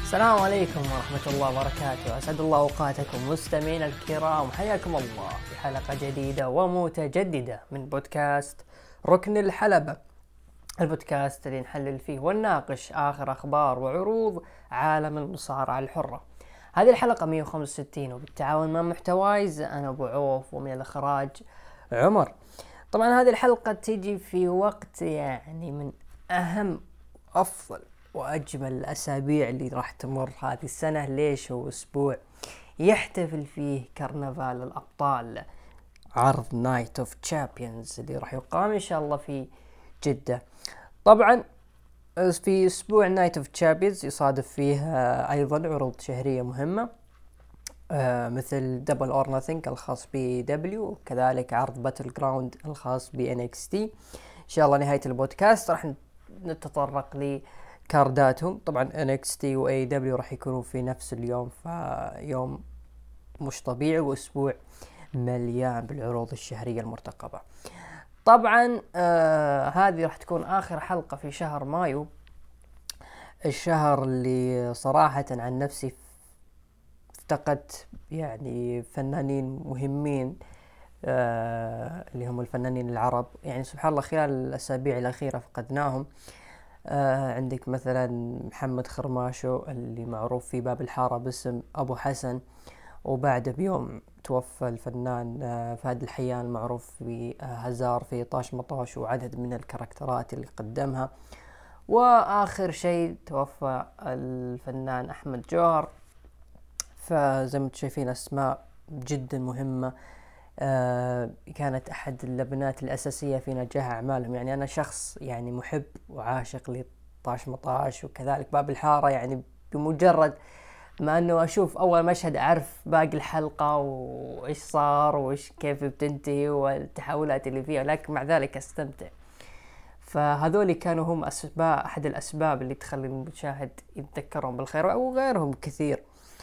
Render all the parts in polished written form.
السلام عليكم ورحمة الله وبركاته. أسعد الله أوقاتكم مستمعين الكرام، حياكم الله في حلقة جديدة ومتجددة من بودكاست ركن الحلبة، البودكاست اللي نحلل فيه ونناقش آخر أخبار وعروض عالم المصارعة الحرة. هذه الحلقة 165 وبالتعاون مع محتوايز، أنا أبو عوف، ومن الإخراج عمر. طبعا هذه الحلقة تيجي في وقت يعني من أهم أفضل وأجمل الأسابيع اللي راح تمر هذه السنة. ليش؟ هو أسبوع يحتفل فيه كرنفال الأبطال، عرض نايت اوف تشامبيونز اللي راح يقام إن شاء الله في جدة. طبعا في أسبوع نايت اوف تشامبيونز يصادف فيه أيضا عروض شهرية مهمة، مثل دبل اور ناثينج الخاص ب دبليو، وكذلك عرض باتل جراوند الخاص ب NXT. إن شاء الله نهاية البودكاست راح نتطرق لكارداتهم. طبعا NXT و AEW راح يكونوا في نفس اليوم، فيوم مش طبيعي وأسبوع مليان بالعروض الشهرية المرتقبة. طبعا هذه راح تكون آخر حلقة في شهر مايو، الشهر اللي صراحة عن نفسي افتقدت يعني فنانين مهمين، اللي هم الفنانين العرب. يعني سبحان الله خلال الأسابيع الأخيرة فقدناهم. عندك مثلا محمد خرماشو اللي معروف في باب الحارة باسم أبو حسن، وبعد بيوم توفى الفنان فهد الحيان المعروف في هزار في طاش مطاش وعدد من الكاركترات اللي قدمها. وآخر شيء توفى الفنان أحمد جوهر. فزي ما انتم شايفين أسماء جدا مهمة، كانت أحد اللبنات الأساسية في نجاح أعمالهم. يعني أنا شخص يعني محب وعاشق لطاش مطاش وكذلك باب الحارة، يعني بمجرد ما أنه أشوف أول مشهد أعرف باقي الحلقة وإيش صار وإيش كيف بتنتهي والتحولات اللي فيها، لكن مع ذلك أستمتع. فهذول كانوا هم أحد الأسباب اللي تخلي المشاهد يتذكرهم بالخير، وغيرهم كثير.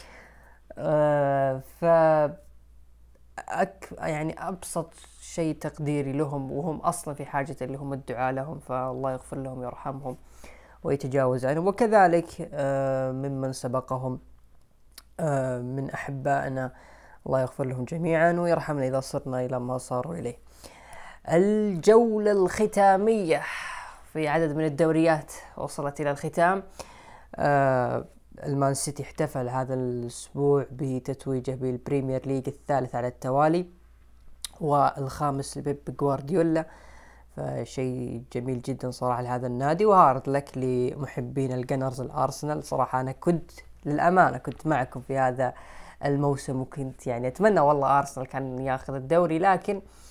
يعني أبسط شيء تقديري لهم، وهم أصلا في حاجة اللي هم الدعاء لهم، فالله يغفر لهم ويرحمهم ويتجاوز عنهم. وكذلك ممن سبقهم من أحبائنا، الله يغفر لهم جميعا ويرحمنا إذا صرنا إلى ما صاروا إليه. الجولة الختامية في عدد من الدوريات وصلت إلى الختام. المان سيتي احتفل هذا الأسبوع بتتويجه بالبريمير ليج الثالث على التوالي والخامس لبيب جوارديولا، فشيء جميل جدا صراحة لهذا النادي. وهارد لك لمحبين الجنرز الأرسنال. صراحة أنا كنت للأمانة كنت معكم في هذا الموسم، وكنت يعني أتمنى والله أرسنال كان ياخذ الدوري، لكن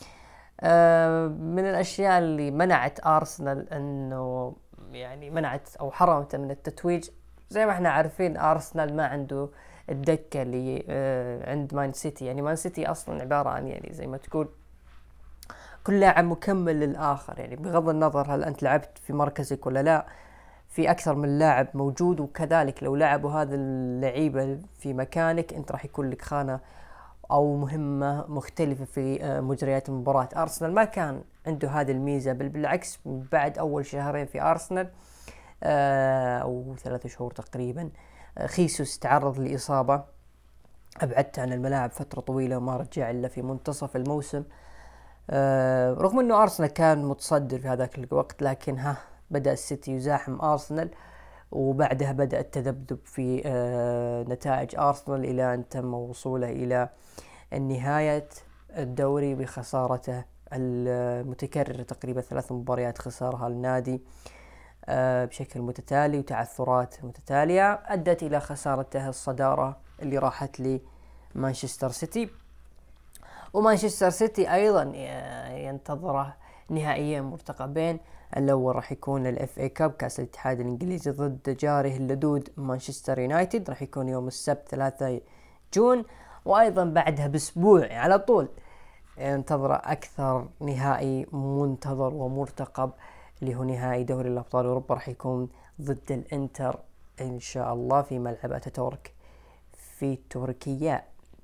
من الأشياء اللي منعت أرسنال أنه يعني منعت أو حرمت من التتويج، زي ما احنا عارفين أرسنال ما عنده الدكة اللي عند مان سيتي. يعني مان سيتي أصلا عبارة عن يعني زي ما تقول كل لاعب مكمل للآخر، يعني بغض النظر هل أنت لعبت في مركزك ولا لا، في أكثر من لاعب موجود. وكذلك لو لعبوا هذا اللعيبة في مكانك أنت راح يكون لك خانة أو مهمة مختلفة في مجريات المباراة. أرسنال ما كان عنده هذه الميزة، بل بالعكس بعد أول شهرين في أرسنال أو 3 شهور تقريبا، خيسوس تعرض لإصابة أبعدت عن الملاعب فترة طويلة وما رجع إلا في منتصف الموسم. رغم أنه أرسنال كان متصدر في هذاك الوقت، لكن بدأ السيتي يزاحم أرسنال، وبعدها بدأ التذبذب في نتائج أرسنال إلى أن تم وصوله إلى النهاية الدوري بخسارته المتكررة، تقريبا 3 مباريات خسارها النادي بشكل متتالي وتعثرات متتالية أدت إلى خسارته الصدارة اللي راحت لمانشستر سيتي. ومانشستر سيتي أيضا ينتظره نهائيين مرتقبين. الأول راح يكون الFA كاب كأس الاتحاد الإنجليزي ضد جاره اللدود مانشستر يونايتد، راح يكون يوم السبت 3 جون. وأيضا بعدها بأسبوع على طول ينتظر أكثر نهائي منتظر ومرتقب، اللي هو نهائي دوري الأبطال أوروبا، راح يكون ضد الإنتر إن شاء الله في ملعب أتاتورك في تركيا.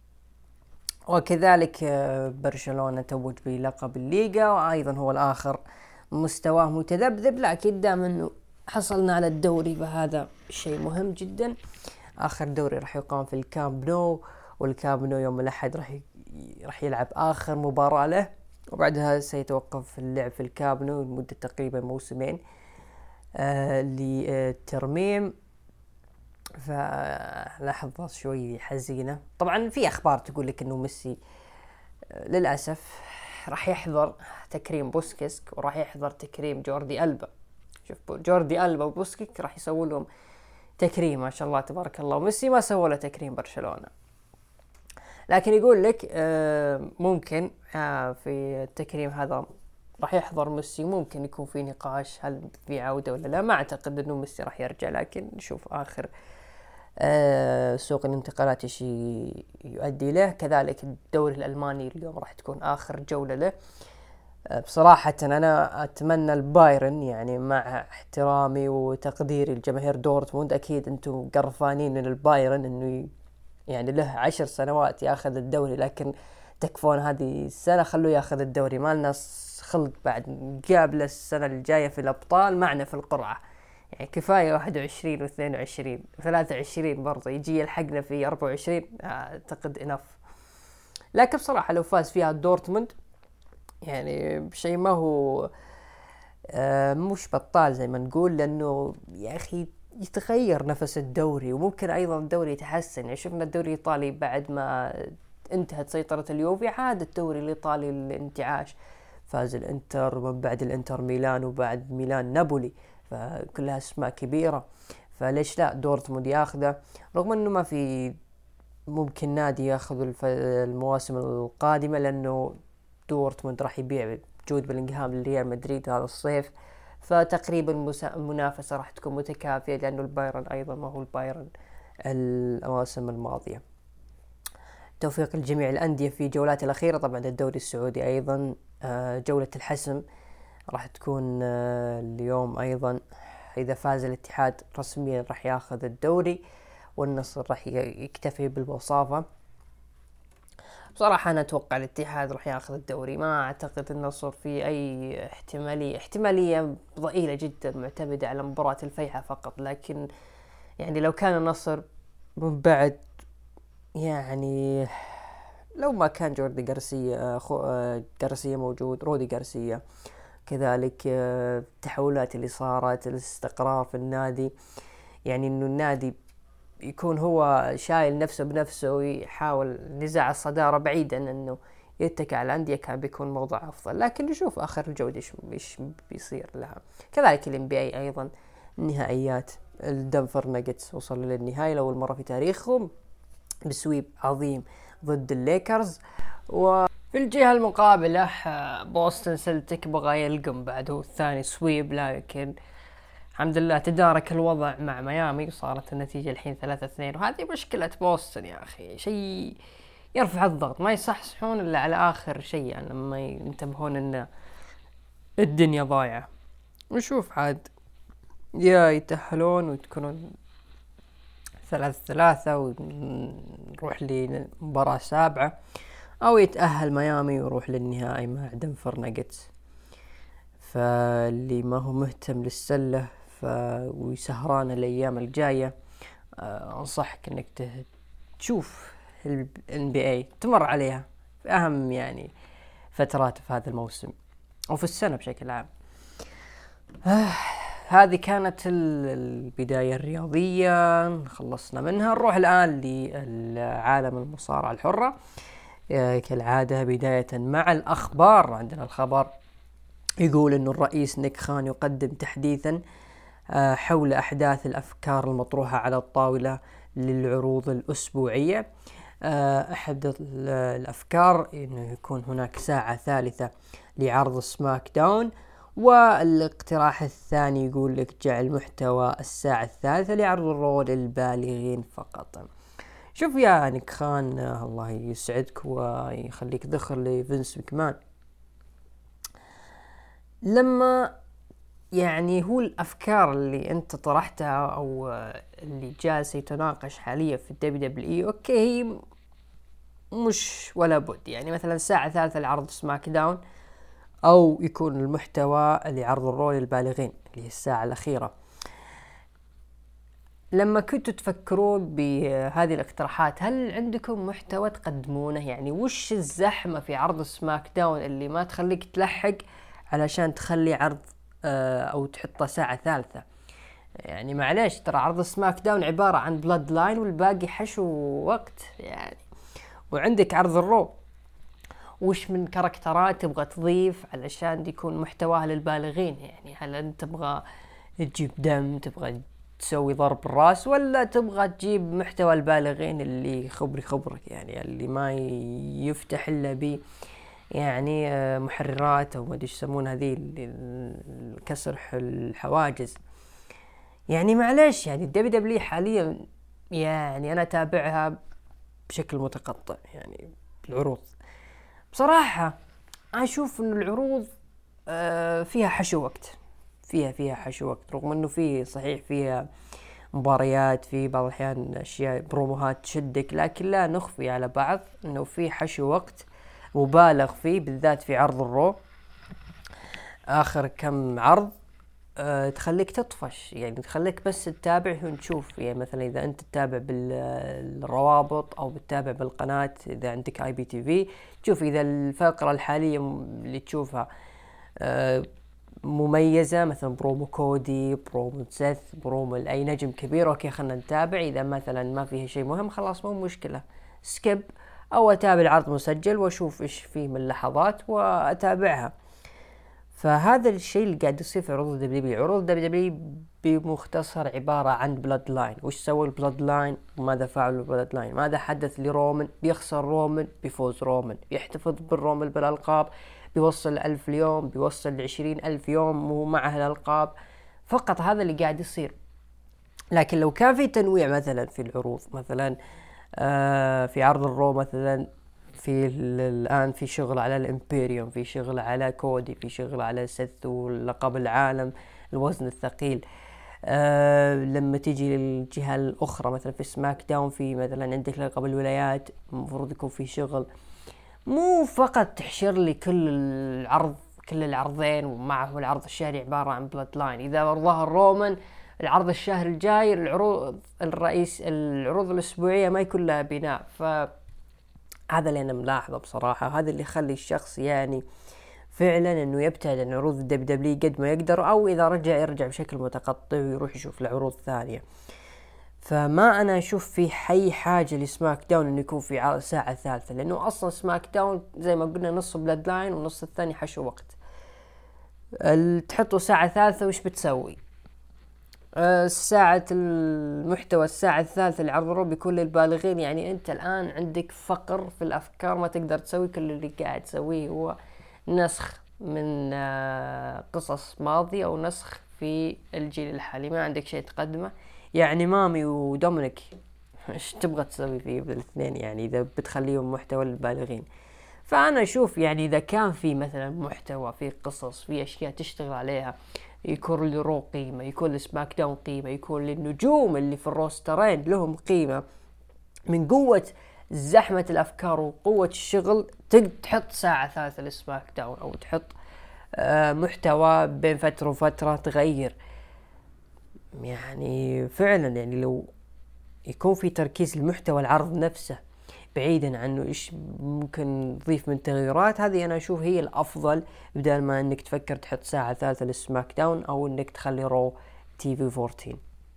وكذلك برشلونة توج بلقب الليغا، وأيضا هو الآخر مستواه متذبذب، لكن دام أنه حصلنا على الدوري فهذا شيء مهم جدا. آخر دوري راح يقام في الكامب نو، والكامب نو يوم الأحد راح يلعب آخر مباراة له، وبعدها سيتوقف اللعب في الكامب نو لمدة تقريبا موسمين للترميم. فلحظة شوي حزينة. طبعا في أخبار تقول لك إنه ميسي للأسف راح يحضر تكريم بوسكيس وراح يحضر تكريم جوردي ألبا. شوف جوردي ألبا وبوسكيك راح يسوون لهم تكريم ما شاء الله تبارك الله، وميسي ما سوى له تكريم برشلونة. لكن يقول لك ممكن في التكريم هذا راح يحضر ميسي، ممكن يكون في نقاش هل في عودة ولا لا. ما أعتقد إنه ميسي راح يرجع، لكن نشوف آخر سوق الانتقالات ايش يؤدي له. كذلك الدوري الألماني اليوم راح تكون آخر جولة له. بصراحة أنا أتمنى البايرن، يعني مع احترامي وتقديري لجماهير دورتموند، أكيد أنتم قرفانين من البايرن إنه يعني له 10 سنوات ياخذ الدوري، لكن تكفون هذه السنة خلوه ياخذ الدوري. ما لنا خلق بعد قابل السنة الجاية في الأبطال معنا في القرعة. يعني كفاية 21 و22 و23 برضه يجي يلحقنا في 24. أعتقد إنف. لكن بصراحة لو فاز فيها دورتموند يعني بشيء ما هو مش بطال زي ما نقول، لأنه يا أخي يتغير نفس الدوري، وممكن أيضا الدوري يتحسن. يعني شفنا الدوري الإيطالي بعد ما انتهت سيطرة اليوفي عاد الدوري الإيطالي الانتعاش، فاز الانتر، ومن بعد الانتر ميلان، وبعد ميلان نابولي، فكلها اسماء كبيرة. فليش لا دورتموند ياخذه، رغم انه ما في ممكن نادي ياخذ المواسم القادمة، لانه دورتموند راح يبيع جود بلينغهام لريال مدريد هذا الصيف، فتقريبا المنافسة راح تكون متكافئة، لانه البايرن ايضا ما هو البايرن المواسم الماضية. توفيق الجميع الأندية في جولات الأخيرة. طبعا الدوري السعودي أيضا جولة الحسم راح تكون اليوم أيضا. إذا فاز الاتحاد رسميا راح ياخذ الدوري، والنصر راح يكتفي بالوصافة. بصراحة أنا أتوقع الاتحاد راح ياخذ الدوري، ما أعتقد النصر في أي احتمالية ضئيلة جدا معتمدة على مباراة الفيحة فقط. لكن يعني لو كان النصر من بعد، يعني لو ما كان جوردي غارسيا موجود، رودي غارسيا كذلك، التحولات اللي صارت، الاستقرار في النادي، يعني انه النادي يكون هو شايل نفسه بنفسه ويحاول نزاع الصدارة بعيدا انه يتكى على الأندية، كان بيكون موضوع أفضل. لكن نشوف آخر الجودة إيش بيصير لها. كذلك ال NBA أيضا النهائيات، الدنفر ناجتس وصلوا للنهاية لأول مرة في تاريخهم بسويب عظيم ضد الليكرز. وفي الجهة المقابلة بوستن سلتيك بغى يلقم بعده الثاني سويب، لكن الحمد لله تدارك الوضع مع ميامي وصارت النتيجة الحين 3-2. وهذه مشكلة بوستن يا أخي، شيء يرفع الضغط، ما يصحصحون إلا على آخر شيء، يعني لما ينتبهون أن الدنيا ضايعة. ونشوف عاد يا يتأهلون وتكونون 3-3 ونروح لمباراة 7، أو يتأهل ميامي ويروح للنهائي مع دنفر ناجتس. فاللي ما هو مهتم للسلة ويسهران الأيام الجاية، أنصحك أنك تشوف ال NBA، تمر عليها في أهم يعني فترات في هذا الموسم أو في السنة بشكل عام. هذه كانت البداية الرياضية، خلصنا منها. نروح الآن للعالم المصارعة الحرة كالعادة، بداية مع الأخبار. عندنا الخبر يقول أن الرئيس نيك خان يقدم تحديثا حول أحداث الأفكار المطروحة على الطاولة للعروض الأسبوعية. أحد الأفكار أنه يكون هناك ساعة ثالثة لعرض سماك داون، والاقتراح الثاني يقول لك جعل محتوى الساعة الثالثة لعرض الرو للبالغين فقط. شوف يا نيك خان، الله يسعدك ويخليك ذخر لفينس مكمان، لما يعني هو الأفكار اللي أنت طرحتها أو اللي جالس يتناقش حاليا في WWE، أوكي هي مش ولا بد. يعني مثلا ساعة ثالثة لعرض سماك داون، أو يكون المحتوى لعرض الرو للبالغين اللي هي الساعة الأخيرة. لما كنتوا تفكرون بهذه الاقتراحات هل عندكم محتوى تقدمونه؟ يعني وش الزحمة في عرض سماك داون اللي ما تخليك تلحق علشان تخلي عرض او تحطه ساعة ثالثة؟ يعني معليش، ترى عرض سماك داون عبارة عن بلاد لاين والباقي حشو وقت يعني. وعندك عرض الرو، وش من كاركترات تبغى تضيف علشان يكون محتواه للبالغين؟ يعني هل انت تبغى تجيب دم، تبغى تسوي ضرب الراس، ولا تبغى تجيب محتوى البالغين اللي خبرك يعني اللي ما يفتح الا بي يعني محررات او ما ادري ايش يسمون هذه كسر الحواجز. يعني معليش، يعني الدبليو دبليو حاليا يعني انا اتابعها بشكل متقطع يعني العروض. بصراحة اشوف ان العروض فيها حشو وقت، فيها حشو وقت، رغم انه فيه صحيح فيها مباريات، في بعض الاحيان اشياء بروموهات تشدك، لكن لا نخفي على بعض انه في حشو وقت مبالغ فيه، بالذات في عرض الرو. اخر كم عرض تخليك تطفش، يعني تخليك بس تتابع ونشوف. يعني مثلا اذا انت تتابع بالروابط او بتتابع بالقناة، اذا عندك اي بي تي في، تشوف اذا الفقرة الحالية اللي تشوفها مميزة، مثلا برومو كودي، برومو سيث، برومو اي نجم كبير، اوكي خلنا نتابع. اذا مثلا ما فيه شيء مهم خلاص مو مشكلة، سكيب، او اتابع العرض مسجل واشوف ايش فيه من لحظات واتابعها. فهذا الشيء اللي قاعد يصير في عروض دبليو. عروض دبليو بمختصر عبارة عن بلاد لاين. وش سوى البلاد لاين وماذا فعل البلاد لاين؟ ماذا حدث لرومان؟ بيخسر رومان، بيفوز رومان، بيحتفظ بالرومان بالألقاب، بيوصل 1000 يوم، بيوصل 20,000 يوم ومعه الألقاب. فقط هذا اللي قاعد يصير. لكن لو كان في تنويع مثلا في العروض، مثلا في عرض الرو مثلا، في الآن في شغل على الإمبيريوم، في شغل على كودي، في شغل على سيث ولقب العالم الوزن الثقيل. لما تيجي للجهة الأخرى مثلا في سماك داون، في مثلا عندك لقب الولايات، المفروض يكون في شغل، مو فقط تحشر لي كل العرضين ومعه العرض الشهري عبارة عن بلاد لاين. إذا ظهر رومان العرض الشهر الجاي، العروض الأسبوعية ما يكون لها بناء. هذا اللي أنا ملاحظه بصراحة، هذا اللي يخلي الشخص يعني فعلا أنه يبتعد عن عروض الدبليو قد ما يقدر، أو إذا يرجع بشكل متقطع ويروح يشوف العروض الثانية. فما أنا أشوف في حاجة لسماك داون أنه يكون في ساعة ثالثة، لأنه أصلا سماك داون زي ما قلنا نص بلاد لاين ونص الثاني حشو وقت. تحطوا ساعة ثالثة وش بتسوي؟ ساعة المحتوى الساعة الثالثة لعرض الرو بيكون للبالغين. يعني انت الان عندك فقر في الافكار، ما تقدر تسوي. كل اللي قاعد تسويه هو نسخ من قصص ماضية او نسخ في الجيل الحالي، ما عندك شيء تقدمه. يعني مامي ودومينيك ايش تبغى تسوي فيه بالاثنين يعني اذا بتخليهم محتوى للبالغين؟ فانا اشوف يعني اذا كان في مثلا محتوى، في قصص، في اشياء تشتغل عليها، يكون للرو قيمة، يكون لسماك داون قيمة، يكون للنجوم اللي في الروسترين لهم قيمة، من قوة زحمة الأفكار وقوة الشغل تحط ساعة ثالثة لسماك داون، أو تحط محتوى بين فترة وفترة تغير. يعني فعلا يعني لو يكون في تركيز لمحتوى العرض نفسه بعيدا عنه ايش ممكن نضيف من تغييرات، هذه انا اشوف هي الافضل، بدل ما انك تفكر تحط ساعة ثالثة للسماك داون او انك تخلي رو تي في 14.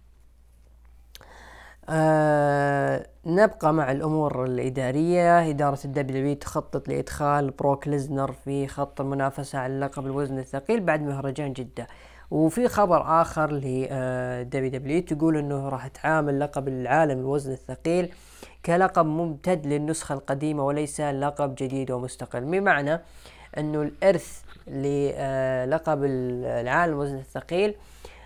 نبقى مع الامور الادارية. ادارة الدبليو تخطط لادخال بروك ليزنر في خط المنافسة على لقب الوزن الثقيل بعد مهرجان جدة. وفي خبر اخر لدبليو تقول انه راح تعامل لقب العالم الوزن الثقيل كلقب ممتد للنسخة القديمة وليس لقب جديد ومستقل، بمعنى انه الارث للقب العالم الوزن الثقيل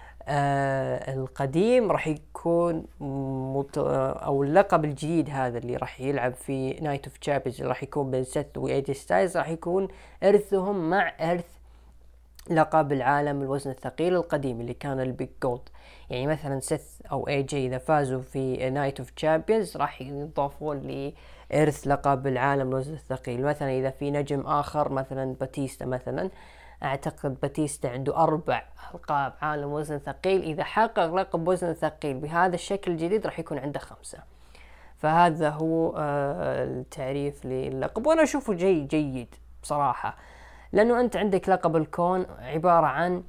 القديم راح يكون او اللقب الجديد هذا اللي راح يلعب في نايت اوف تشامبيونز اللي راح يكون بين سيث وايجي ستايلز، راح يكون ارثهم مع ارث لقب العالم الوزن الثقيل القديم اللي كان البيج جولد. يعني مثلا سيث او اي جي اذا فازوا في نايت اوف تشامبيونز راح يضافون لإرث لقب العالم الوزن الثقيل. مثلا اذا في نجم اخر مثلا باتيستا مثلا اعتقد باتيستا عنده 4 القاب عالم وزن ثقيل، اذا حقق لقب وزن ثقيل بهذا الشكل الجديد راح يكون عنده 5. فهذا هو التعريف للقب، وانا اشوفه جيد بصراحة، لانه انت عندك لقب الكون عبارة عن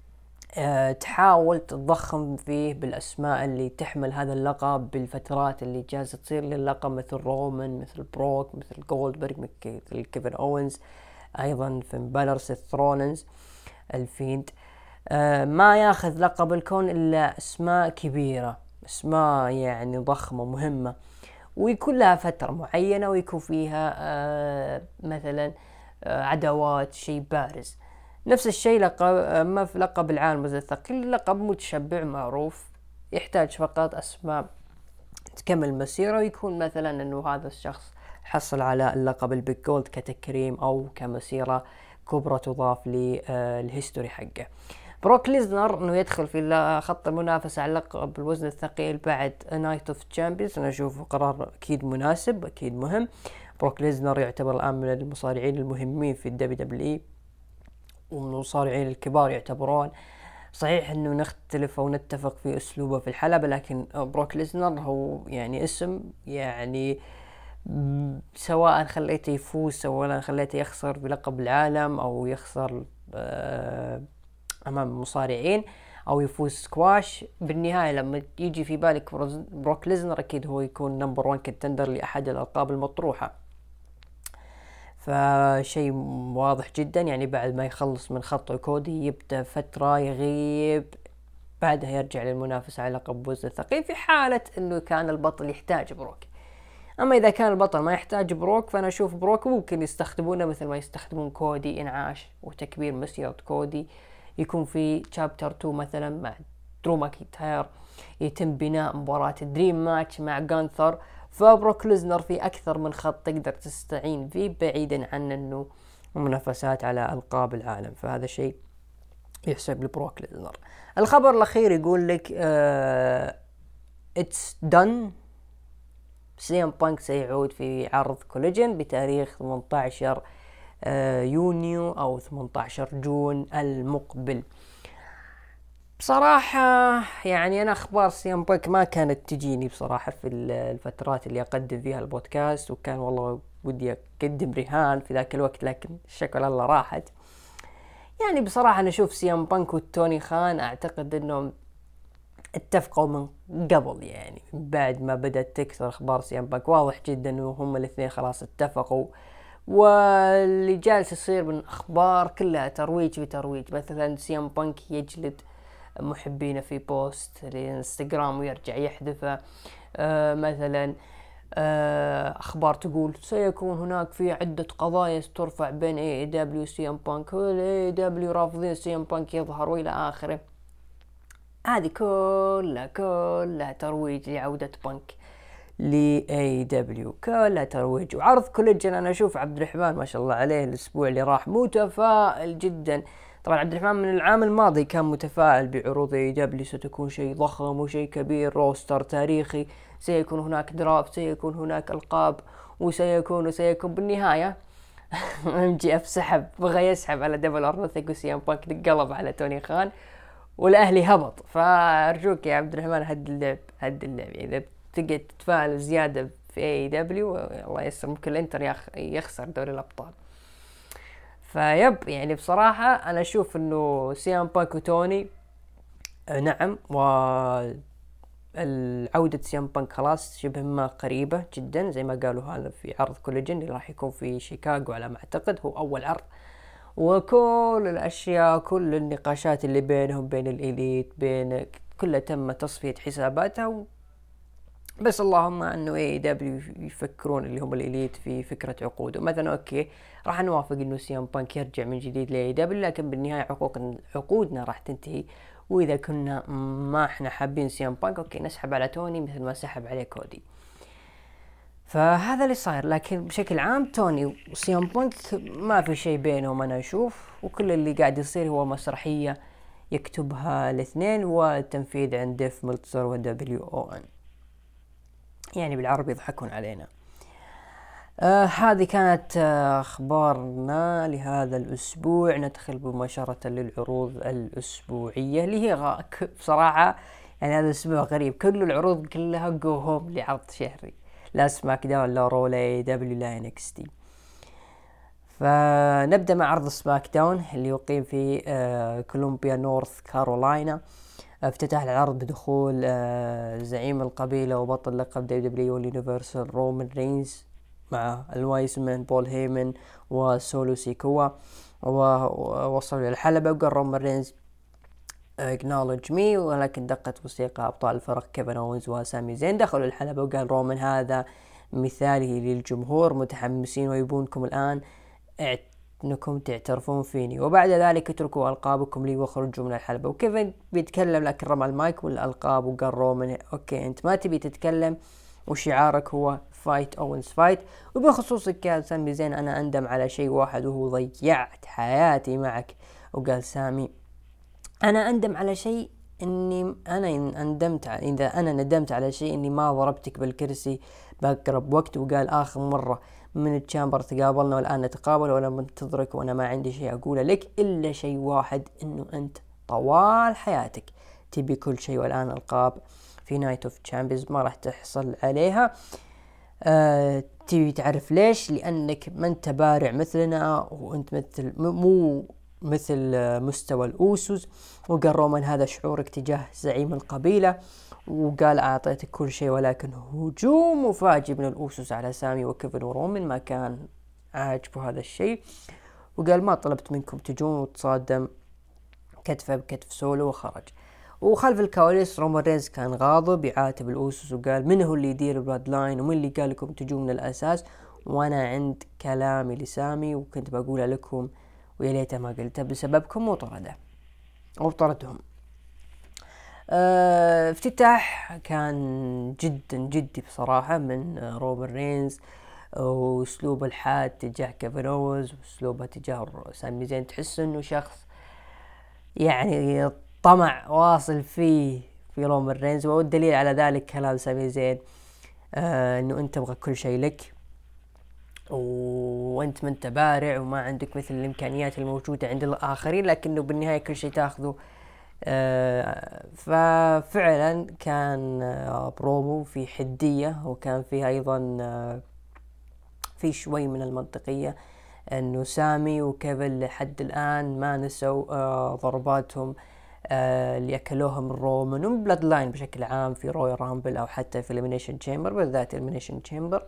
تحاول تضخم فيه بالاسماء اللي تحمل هذا اللقب بالفترات اللي جالسة تصير للقب، مثل رومان، مثل بروك، مثل جولدبرغ، مثل كيفن اوينز، ايضا فين بالر، سيث ثرونز، الفيند. ما ياخذ لقب الكون الا اسماء كبيرة، اسماء يعني ضخمة مهمة، ويكون لها فترة معينة ويكون فيها مثلا عداوات، شيء بارز. نفس الشيء ما في لقب العالم وزن الثقيل، لقب متشبع معروف، يحتاج فقط اسماء تكمل مسيرة، ويكون مثلا انه هذا الشخص حصل على اللقب البيج جولد كتكريم او كمسيرة كبرى تضاف للهيستوري حقه. بروك ليزنر انه يدخل في خط المنافسة على لقب الوزن الثقيل بعد نايت اوف تشامبيونز، انا اشوفه قرار اكيد مناسب، اكيد مهم. بروك ليزنر يعتبر الان من المصارعين المهمين في الدبليو، ومن المصارعين الكبار يعتبرون. صحيح انه نختلف او نتفق في اسلوبه في الحلبة، لكن بروك ليزنر هو يعني اسم، يعني سواء خليته يفوز سواء خليته يخسر بلقب العالم او يخسر امام مصارعين او يفوز سكواش، بالنهاية لما يجي في بالك بروك ليزنر اكيد هو يكون نمبر 1 كنتندر لاحد الالقاب المطروحة. فشيء واضح جدا، يعني بعد ما يخلص من خط كودي يبدأ فترة يغيب، بعدها يرجع للمنافسة على لقب وزن الثقيل في حالة انه كان البطل يحتاج بروك. اما اذا كان البطل ما يحتاج بروك، فانا اشوف بروك ممكن يستخدمونه مثل ما يستخدمون كودي، انعاش وتكبير مسيرة كودي، يكون في شابتر 2 مثلا مع درو ماكنتاير، يتم بناء مباراة دريم ماتش مع جانثر. فبروك ليزنر في اكثر من خط تقدر تستعين فيه بعيدا عن انه منافسات على القاب العالم، فهذا شيء يحسب لبروك ليزنر. الخبر الاخير يقول لك اتس دن، سي ام بانك سيعود في عرض كوليجن بتاريخ 18 يونيو او 18 جون المقبل. بصراحة يعني أنا أخبار سي ام بانك ما كانت تجيني بصراحة في الفترات اللي أقدم فيها البودكاست، وكان والله ودي أقدم رهان في ذاك الوقت، لكن شكل الله راحت. يعني بصراحة أنا أشوف سي ام بانك وتوني خان أعتقد أنهم اتفقوا من قبل، يعني بعد ما بدأت تكثر أخبار سي ام بانك واضح جدا أنه هم الاثنين خلاص اتفقوا، واللي جالس يصير من أخبار كلها ترويج بترويج. مثلا سي ام بانك يجلد محبينه في بوست الانستغرام ويرجع يحذفه. مثلا اخبار تقول سيكون هناك في عدة قضايا ترفع بين اي دبليو وسي ام بانك، والاي دبليو رافضين سي ام بانك يظهر والى اخره. هذه كلها ترويج لعودة بانك لاي دبليو، كلها ترويج وعرض كوليجن. انا اشوف عبد الرحمن ما شاء الله عليه الاسبوع اللي راح متفائل جدا. طبعا عبد الرحمن من العام الماضي كان متفائل بعروض اي دبليو، ستكون شيء ضخم وشيء كبير، روستر تاريخي، سيكون هناك درافت، سيكون هناك القاب، وسيكون بالنهاية ام جي اف سحب، بغى يسحب على دبل اور نوثينج، وسي ام بانك قلب على توني خان، والاهلي هبط. فارجوك يا عبد الرحمن هد اللعب اذا تقعد تتفائل زيادة في اي دبليو الله يسر ممكن الانتر يخسر دوري الابطال. فيب يعني بصراحة انا اشوف انه سي ام بانك وتوني نعم، والعودة سي ام بانك خلاص شبه ما قريبة جدا، زي ما قالوا هذا في عرض كوليجن اللي راح يكون في شيكاغو على ما اعتقد، هو اول عرض. وكل الاشياء كل النقاشات اللي بينهم بين الاليت بين كلها تم تصفية حساباتها، بس اللهم انه اي دبليو يفكرون اللي هم الاليت في فكرة عقوده. مثلا اوكي راح نوافق انه سي ام بانك يرجع من جديد لاي دبليو، لكن بالنهاية عقودنا راح تنتهي، واذا كنا ما احنا حابين سي ام بانك اوكي نسحب على توني مثل ما سحب عليه كودي. فهذا اللي صاير، لكن بشكل عام توني وسي ام بانك ما في شيء بينهم انا اشوف، وكل اللي قاعد يصير هو مسرحية يكتبها الاثنين، والتنفيذ عند ديف ملتزر ودبليو او ان، يعني بالعربي يضحكون علينا. هذه كانت أخبارنا لهذا الأسبوع. ندخل مباشرة للعروض الأسبوعية اللي هي بصراحة يعني هذا الأسبوع غريب، كل العروض كلها جو هوم لعرض شهري، لا سماك داون لا رو لا اي دبليو لا NXT. فنبدأ مع عرض سماك داون اللي يقيم في كولومبيا نورث كارولاينا. افتتح العرض بدخول زعيم القبيلة وبطل لقب دبليو اليونيفرسال رومان رينز مع الوايزمان بول هيمن وسولو سيكوا، ووصلوا إلى الحلبة وقال رومان رينز acknowledge me، ولكن دقت موسيقى أبطال الفرق كيفن أوينز وسامي زين دخلوا الحلبة وقال رومان هذا مثالي للجمهور، متحمسين ويبونكم الآن انكم تعترفون فيني، وبعد ذلك اتركوا القابكم لي واخرجوا من الحلبة. وكيفن بيتكلم لكن رمى المايك والالقاب وقال رومان اوكي انت ما تبي تتكلم وشعارك هو فايت اوينز فايت. وبخصوصك يا سامي زين انا اندم على شيء واحد وهو ضيعت حياتي معك. وقال سامي انا اندم على شيء اذا انا ندمت على شيء اني ما ضربتك بالكرسي باقرب وقت. وقال اخر مرة من التشامبر تقابلنا والان نتقابل وانا منتظرك وانا ما عندي شيء اقوله لك الا شيء واحد، انه انت طوال حياتك تبي كل شيء، والان القاب في نايت اوف تشامبيونز ما راح تحصل عليها. تبي تعرف ليش؟ لانك ما انت بارع مثلنا وانت مو مثل مستوى الأوسوس. وقال رومان هذا شعورك تجاه زعيم القبيلة، وقال أعطيتك كل شيء ولكن هجوم مفاجئ من الأوسوس على سامي وكيفن ورومان ما كان عاجبه هذا الشيء. وقال ما طلبت منكم تجون وتصادم كتفه بكتف سولو وخرج. وخلف الكواليس رومان رينز كان غاضب يعاتب الأوسوس وقال من هو اللي يدير البلاد لاين ومن اللي قال لكم تجون من الأساس، وأنا عند كلامي لسامي وكنت بقوله لكم ويا ليته ما قلته بسببكم وطردهم. افتتاح كان جدا جدي بصراحة من رومان رينز، واسلوب الحاد تجاه كيفن أوينز واسلوبه تجاه سامي زين، تحس انه شخص يعني طمع واصل فيه في رومان رينز. والدليل على ذلك كلام سامي زين انه انت تبغى كل شيء لك وانت ما انت بارع وما عندك مثل الامكانيات الموجودة عند الاخرين، لكنه بالنهاية كل شيء تاخذه. ففعلا كان برومو في حدية، وكان فيه ايضا في شوي من المنطقية انه سامي وكيفن لحد الان ما نسوا ضرباتهم اللي اكلوها من رومان ومن بلاد لاين بشكل عام في رويال رامبل او حتى في الإليمينيشن تشامبر، بالذات الإليمينيشن تشامبر.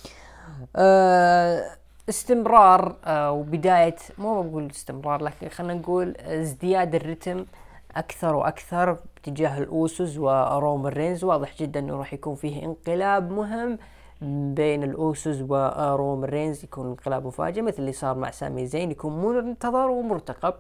استمرار وبداية، مو بقول استمرار لكن خلنا نقول ازدياد الرتم اكثر واكثر باتجاه الأوسوس ورومان رينز. واضح جدا انه راح يكون فيه انقلاب مهم بين الأوسوس ورومان رينز، يكون انقلاب مفاجئ مثل اللي صار مع سامي زين، يكون منتظر ومرتقب.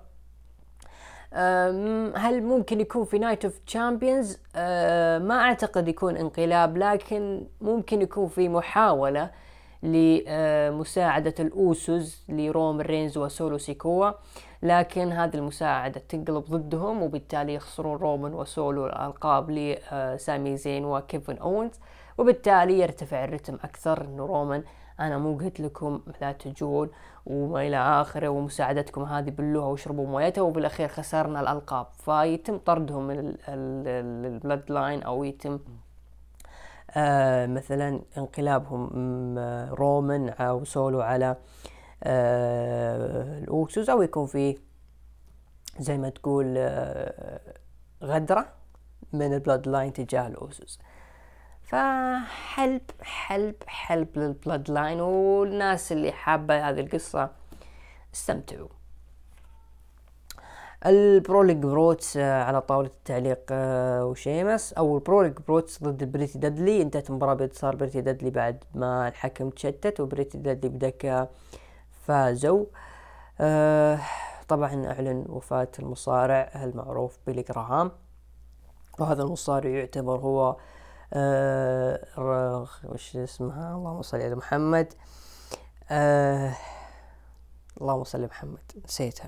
هل ممكن يكون في نايت اوف تشامبيونز؟ ما اعتقد يكون انقلاب، لكن ممكن يكون في محاولة لمساعدة الأوسوس لرومان رينز وسولو سيكوا، لكن هذه المساعدة تنقلب ضدهم وبالتالي يخسرون رومان وسولو الألقاب لسامي زين وكيفن أوينز، وبالتالي يرتفع الرتم أكثر. إنه رومان أنا مو قلت لكم لا تجون وما إلى آخره، ومساعدتكم هذه بلوها وشربوا مويتها، وبالأخير خسرنا الألقاب، فيتم طردهم من البلاد لاين أو يتم مثلا انقلابهم رومان أو سولو على الأوسوس، أو يكون فيه زي ما تقول غدرة من البلاد لاين تجاه الأوسوس. فحلب حلب حلب للبلاد لاين، والناس اللي حابة هذه القصة استمتعوا. البروليج بروتس على طاولة التعليق وشيمس. أول بروليج بروتس ضد بريتي دادلي، انتهت المباراة بانتصار بريتي دادلي بعد ما الحكم تشتت، وبريتي دادلي بدكة فازوا. طبعا أعلن وفاة المصارع المعروف بيلي جراهام، وهذا المصارع يعتبر هو وش اسمها، اللهم صل على محمد، اللهم صل على محمد نسيتها.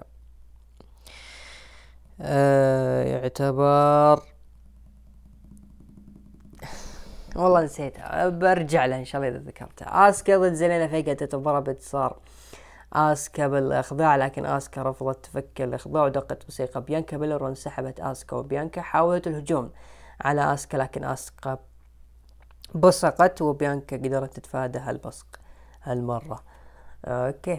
يعتبر والله نسيتها، برجع لها ان شاء الله اذا ذكرتها. اسكا ضد زيلينا فيجا تتضرب بانتصار اسكا بالاخضاع، لكن اسكا رفضت تفك الاخضاع ودقت موسيقى بيانكا بيلر وانسحبت اسكا. وبيانكا حاولت الهجوم على اسكا لكن اسكا بصقت، وبيانكا قدرت تتفادى هالبصق هالمرة. اوكي.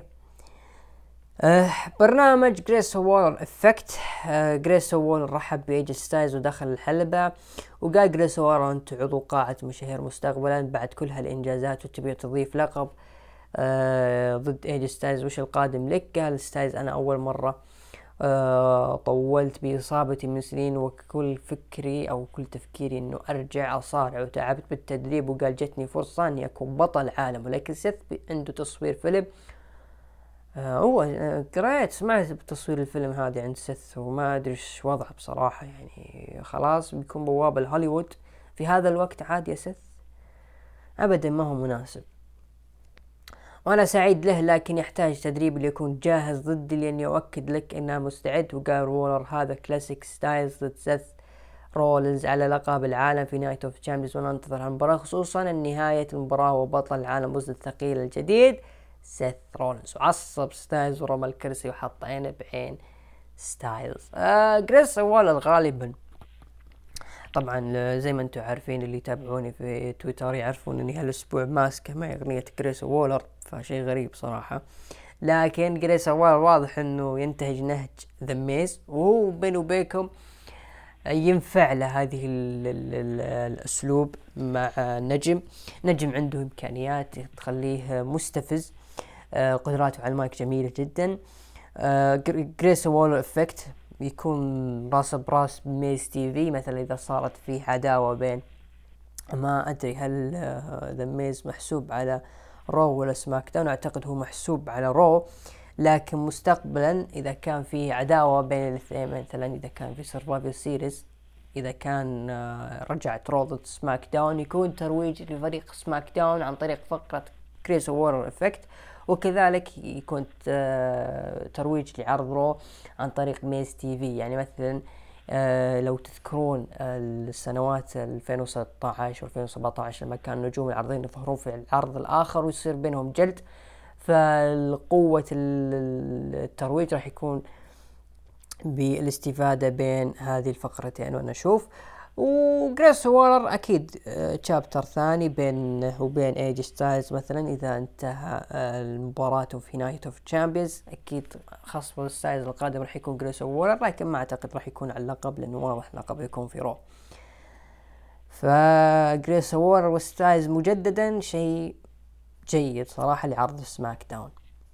برنامج جريس وول افكت. جريس وول رحب بإيج ستايلز ودخل الحلبة، وقال جريس وول انت عضو قاعة مشاهير مستقبلا بعد كل هالانجازات وتبي تضيف لقب ضد إيج ستايلز، وش القادم لك؟ قال ستايلز انا اول مرة طولت بإصابتي من سنين، وكل فكري أو كل تفكيري أنه أرجع أصارع، وتعبت بالتدريب، وقال جتني فرصة أني أكون بطل عالم. ولكن سيث عنده تصوير فيلم. هو قريت سمعت بتصوير الفيلم هذا عند سيث، وما أدري إيش وضعه بصراحة. يعني خلاص بيكون بواب الهوليوود في هذا الوقت عاد يا سيث؟ أبدا ما هو مناسب. وأنا سعيد له، لكن يحتاج تدريب ليكون جاهز ضدي، لأني أؤكد لك أنه مستعد. وقال وولر هذا كلاسيك ستايلز ضد سيث رولينز على لقب العالم في نايت اوف تشامبيونز، وننتظر المباراة خصوصا النهاية المباراة وبطل العالم وزن الثقيل الجديد سيث رولينز. وعصب ستايلز ورمى الكرسي وحط عينه بعين ستايلز. جريس وول غالبا طبعا زي ما انتم عارفين اللي يتابعوني في تويتر يعرفون اني هالاسبوع ماسكه مع اغنية جريس وولر، فشي غريب صراحة. لكن جريس وولر واضح انه ينتهج نهج ذا ميز، وهو بينه وبينكم ينفع له هذه الاسلوب مع نجم عنده امكانيات تخليه مستفز. قدراته على المايك جميلة جدا. جريس وولر افكت يكون راس براس بميز تي في مثلا اذا صارت فيه عداوة بين، ما ادري هل ذا ميز محسوب على رو ولا سماك داون. اعتقد هو محسوب على رو، لكن مستقبلا اذا كان في عداوة بين الاثنين، مثلا اذا كان في سرفايفر سيريز، اذا كان رجعت رو ضد سماك داون، يكون ترويج لفريق سماك داون عن طريق فقرة كريس وورر افكت، وكذلك يكون ترويج لعرض رو عن طريق ميز تي في. يعني مثلا لو تذكرون السنوات 2016 و 2017 لما كان نجوم العرضين يظهرون في العرض الآخر ويصير بينهم جلد، فالقوة الترويج راح يكون بالاستفادة بين هذه الفقرتين. وانا اشوف وجريس وولر اكيد تشابتر ثاني بينه وبين ايج ستايلز مثلا اذا انتهى المباراة في نايت اوف تشامبيونز، اكيد خصم ستايلز القادم راح يكون جريس وولر، لكن ما اعتقد راح يكون على اللقب لانه واضح اللقب يكون في رو. فجريس وولر وستايلز مجددا شيء جيد صراحة لعرض سماك داون.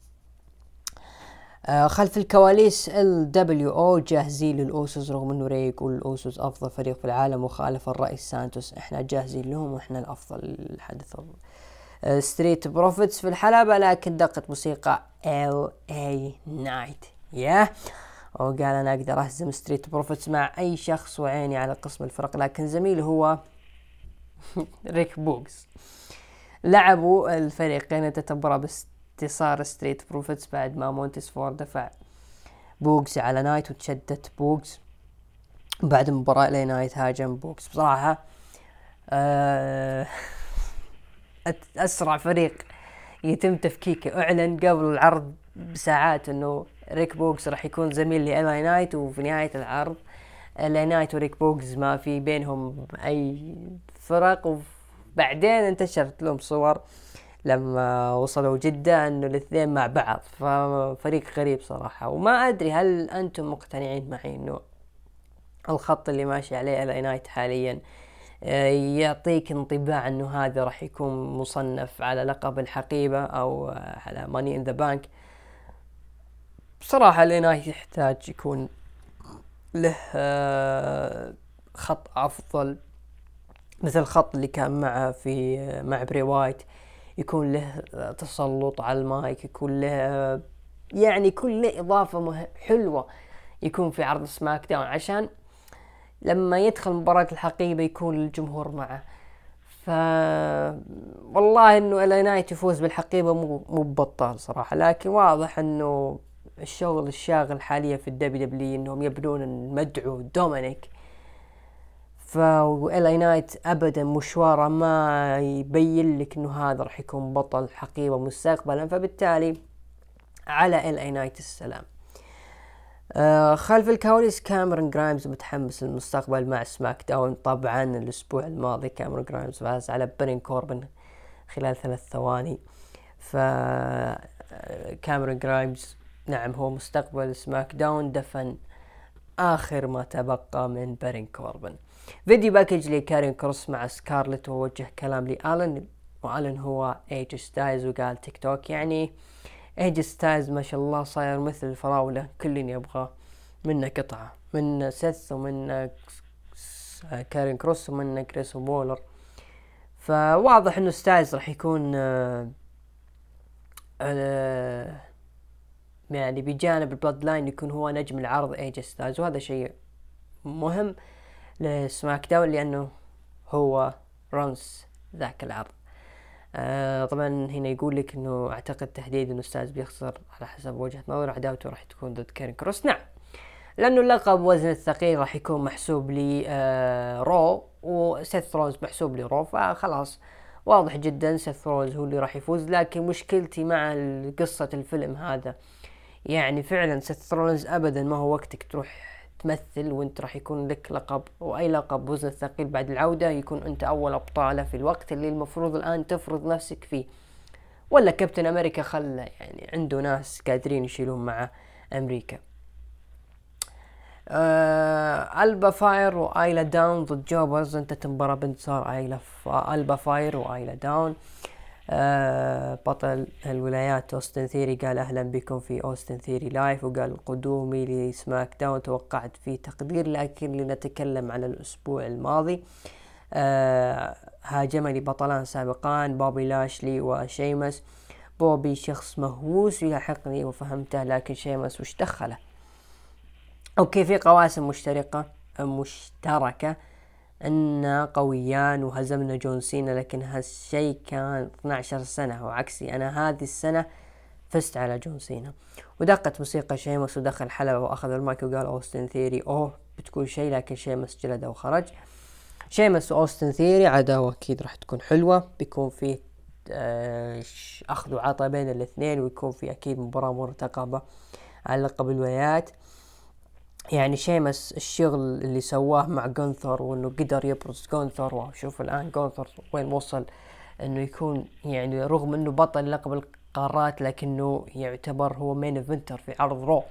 خلف الكواليس الWO جاهزين للأوسوس، رغم انه ري يقول الأوسوس افضل فريق في العالم وخالف الرئيس سانتوس، احنا جاهزين لهم واحنا الافضل. الحدث ستريت بروفيتس في الحلبة، لكن دقت موسيقى LA نايت وقال انا اقدر اهزم ستريت بروفيتس مع اي شخص وعيني على قسم الفرق، لكن زميله هو ريك بوكس. لعبوا الفريقين تتبرع انتصار ستريت بروفيتس بعد ما مونتس فور دفع بوكس على نايت وتشدت بوكس. بعد المباراة لي نايت هاجم بوكس. بصراحة أسرع فريق يتم تفكيكه. أعلن قبل العرض بساعات أنه ريك بوكس راح يكون زميل لإلي نايت، وفي نهاية العرض إلي نايت وريك بوكس ما في بينهم أي فرق. وبعدين انتشرت لهم صور لما وصلوا جدة انه الاثنين مع بعض، ففريق غريب صراحة. وما ادري هل انتم مقتنعين معي انه الخط اللي ماشي عليه LA نايت حاليا يعطيك انطباع انه هذا راح يكون مصنف على لقب الحقيبة او على ماني ان ذا بانك. بصراحة LA نايت يحتاج يكون له خط افضل، مثل الخط اللي كان معه مع بري وايت، يكون له تسلط على المايك، يكون له يعني كل إضافة حلوة يكون في عرض سماك داون، عشان لما يدخل مباراة الحقيبة يكون الجمهور معه. والله انه LA نايت يفوز بالحقيبة مو ببطال صراحة، لكن واضح انه الشغل الشاغل حاليا في WWE انهم يبنون المدعو دومينيك، ال اي نايت ابدا مشواره ما يبين لك انه هذا راح يكون بطل حقيقي مستقبلا، فبالتالي على ال اي نايت السلام. خلف الكواليس كاميرون جرايمز متحمس للمستقبل مع سماك داون. طبعا الاسبوع الماضي كاميرون جرايمز فاز على بارين كوربن خلال 3 ثواني. ف كاميرون جرايمز نعم هو مستقبل سماك داون، دفن آخر ما تبقى من بارين كوربن. فيديو باكج لكارين كروس مع سكارلت ووجه كلام لآلن، وآلن هو ايج ستايلز وقال تيك توك. يعني ايج ستايلز ما شاء الله صاير مثل الفراولة، كل يبغى منه قطعة، من سيث ومن كارين كروس ومن كريس وبولر. فواضح انه ستايلز راح يكون يعني بجانب البلاد لاين يكون هو نجم العرض ايج ستايلز، وهذا شيء مهم لسماك داون لانه هو رانس ذاك العرض. طبعا هنا يقول لك انه اعتقد تحديد انه ستايلز بيخسر على حسب وجهة نظر، عداوته راح تكون ضد كارين كروس. نعم لانه اللقب وزن الثقيل راح يكون محسوب لي رو، وسيث رولز محسوب لي رو، فخلاص واضح جدا سيث رولز هو اللي راح يفوز. لكن مشكلتي مع قصة الفيلم هذا، يعني فعلا سيث رولز ابدا ما هو وقتك تروح تمثل وانت راح يكون لك لقب، واي لقب وزن الثقيل بعد العودة يكون انت اول ابطاله في الوقت اللي المفروض الان تفرض نفسك فيه. ولا كابتن امريكا خلى يعني عنده ناس قادرين يشيلون مع امريكا. ألبا فاير وآيلا داون ضد جوبرز، انتهت المباراة بانتصار ألبا فاير وآيلا داون. بطل الولايات أوستن ثيري قال أهلا بكم في أوستن ثيري لايف، وقال قدومي لسماك داون توقعت فيه تقدير، لكن لنتكلم على الأسبوع الماضي. هاجمني بطلان سابقان بوبي لاشلي وشيمس. بوبي شخص مهووس يلاحقني وفهمته، لكن شيمس وش دخله؟ اوكي في قواسم مشتركة ان قويان وهزمنا جون سينا، لكن هالشي كان 12 سنة، وعكسي انا هذه السنة فزت على جون سينا. ودقت موسيقى شيمس ودخل حلبة واخذ المايك وقال اوستن ثيري بتقول شيء، لكن شيمس جلده وخرج. شيمس واوستن ثيري عداوة اكيد راح تكون حلوة، بيكون فيه اخذ وعطى بين الاثنين، ويكون في اكيد مباراة مرتقبة على لقب الولايات. يعني شيمس الشغل اللي سواه مع جونثر وانه قدر يبرز جونثر، وشوف الان جونثر وين وصل، انه يكون يعني رغم انه بطل لقب القارات لكنه يعتبر هو مين ايفنتر في عرض رو،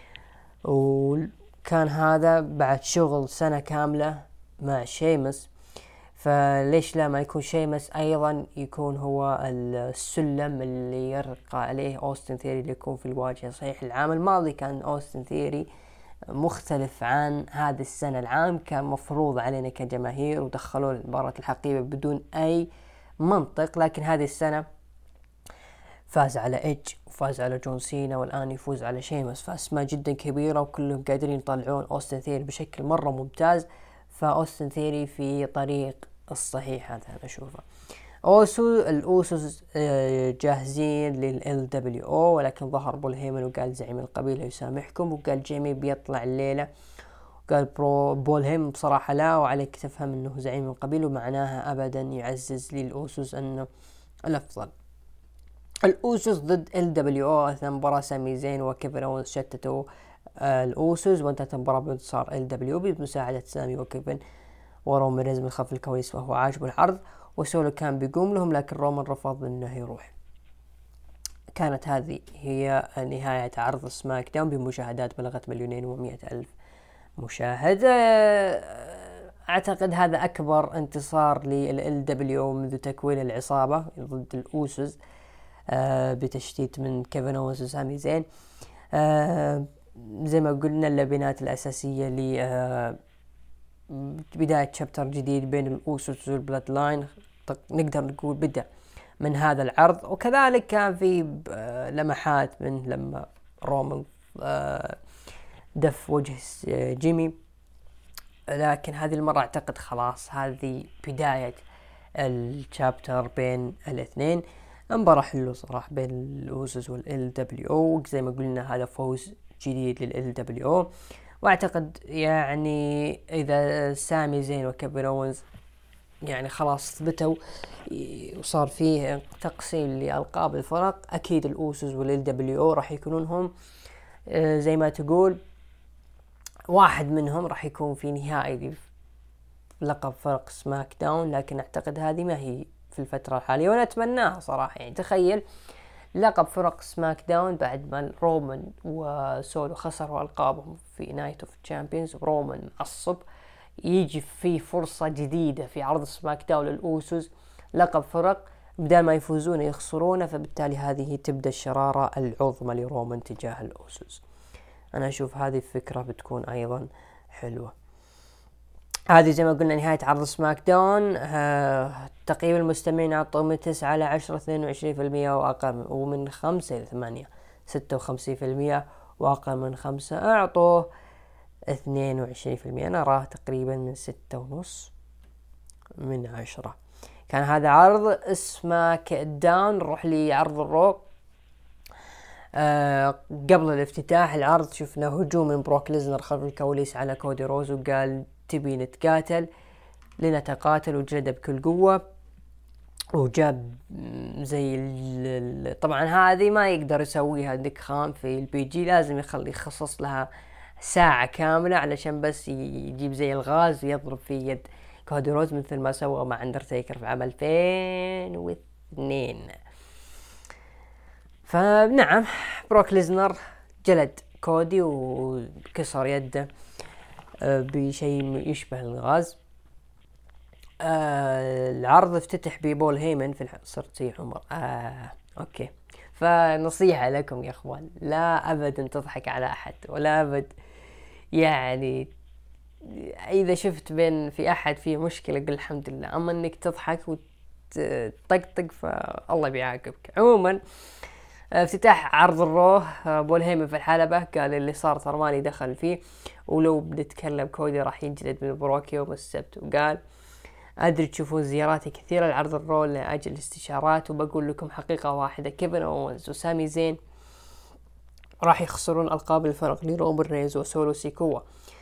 وكان هذا بعد شغل سنة كاملة مع شيمس. فليش لا ما يكون شيمس ايضا يكون هو السلم اللي يرقى عليه اوستن ثيري اللي يكون في الواجهة. صحيح العام الماضي كان اوستن ثيري مختلف عن هذه السنة، العام كان مفروض علينا كجماهير ودخلوا المباراة الحقيبة بدون أي منطق، لكن هذه السنة فاز على إيج وفاز على جون سينا والآن يفوز على شيمس، فأسماء جدا كبيرة وكلهم قادرين يطلعون أوستن ثيري بشكل مرة ممتاز. فأوستن ثيري في طريق الصحيح، هذا أنا أشوفه. الأوسوس جاهزين للLWO، ولكن ظهر بول هيمن وقال زعيم القبيلة يسامحكم، وقال جيمي بيطلع الليلة، قال بول هيمن بصراحة لا، وعليك تفهم انه زعيم القبيلة، ومعناها ابدا يعزز للأوسوس انه الافضل. الأوسوس ضد LWO اثناء مباراة سامي زين وكيفن أوينز شتتوا الأوسوس، وانتهت المباراة بانتصار LWO بمساعدة سامي وكيفن ورومان رينز من خلف الكواليس وهو عاجب العرض، وسولو كان بيقوم لهم لكن رومان رفض انه يروح. كانت هذه هي نهاية عرض سماك داون بمشاهدات بلغت 2,100,000 مشاهد. اعتقد هذا اكبر انتصار للLWO منذ تكوين العصابة ضد الأوسوس بتشتيت من كيفن أوينز وسامي زين. زي ما قلنا اللبنات الأساسية بداية شابتر جديد بين الأوسوس والبلاد لاين، نقدر نقول بدأ من هذا العرض. وكذلك كان في لمحات من لما رومان دف وجه جيمي، لكن هذه المرة اعتقد خلاص هذه بداية الشابتر بين الاثنين. مباراة حلوة صراحة بين الأوسوس والLWO، زي ما قلنا هذا فوز جديد للLWO، واعتقد يعني اذا سامي زين وكيفن اونز يعني خلاص ثبتوا وصار فيه تقسيم لألقاب الفرق، اكيد الاوسوس والال دبليو راح يكونون هم زي ما تقول واحد منهم راح يكون في نهائي لقب فرق سماك داون، لكن اعتقد هذه ما هي في الفترة الحالية وانا اتمناها صراحة. يعني تخيل لقب فرق سماك داون بعد ما رومان وسولو خسروا ألقابهم في نايت اوف تشامبيونز ورومان معصب، يجي في فرصة جديدة في عرض سماك داون للأوسوس لقب فرق، بدل ما يفوزون يخسرونه، فبالتالي هذه تبدأ الشرارة العظمى لرومان تجاه الأوسوس. أنا أشوف هذه الفكرة بتكون أيضا حلوة. هذه زي ما قلنا نهاية عرض سماك داون. تقييم المستمعين أعطوا من 9 على 10 22% وأقل، ومن 5 إلى 8 56%، وأقل من 5 أعطوه 22%. أنا أراه تقريبا من 6.5 من 10. كان هذا عرض سماك داون. نروح لعرض الرو. قبل الافتتاح العرض شفنا هجوم من بروك ليزنر خلف الكواليس على كودي روز، وقال تبي نتقاتل لنتقاتل، وجلده بكل قوة، وجاب زي طبعا هذه ما يقدر يسويها ديك خان في البي جي، لازم يخصص لها ساعة كاملة علشان بس يجيب زي الغاز ويضرب في يد كودي روز مثل ما سوى مع اندرتيكر في عام 2002. فنعم بروك ليزنر جلد كودي وكسر يده بشيء يشبه الغاز. العرض افتتح ببول هيمن في صرت زي عمر. اوكي، فنصيحة لكم يا اخوان، لا ابدا تضحك على احد، ولا ابد يعني اذا شفت بين في احد فيه مشكلة قل الحمد لله، اما انك تضحك وتطقطق فالله بيعاقبك. عموما افتتاح عرض الروه بول هيمن في الحلبة قال اللي صار ترماني دخل فيه، ولو بنتكلم كودي راح ينجلد من بروك يوم السبت. وقال أدري تشوفون زياراتي كثيرة لعرض الرو لأجل الاستشارات، وبقول لكم حقيقة واحدة، كيفن أوينز وسامي زين راح يخسرون ألقاب الفرق لرومان رينز وسولو سيكوا.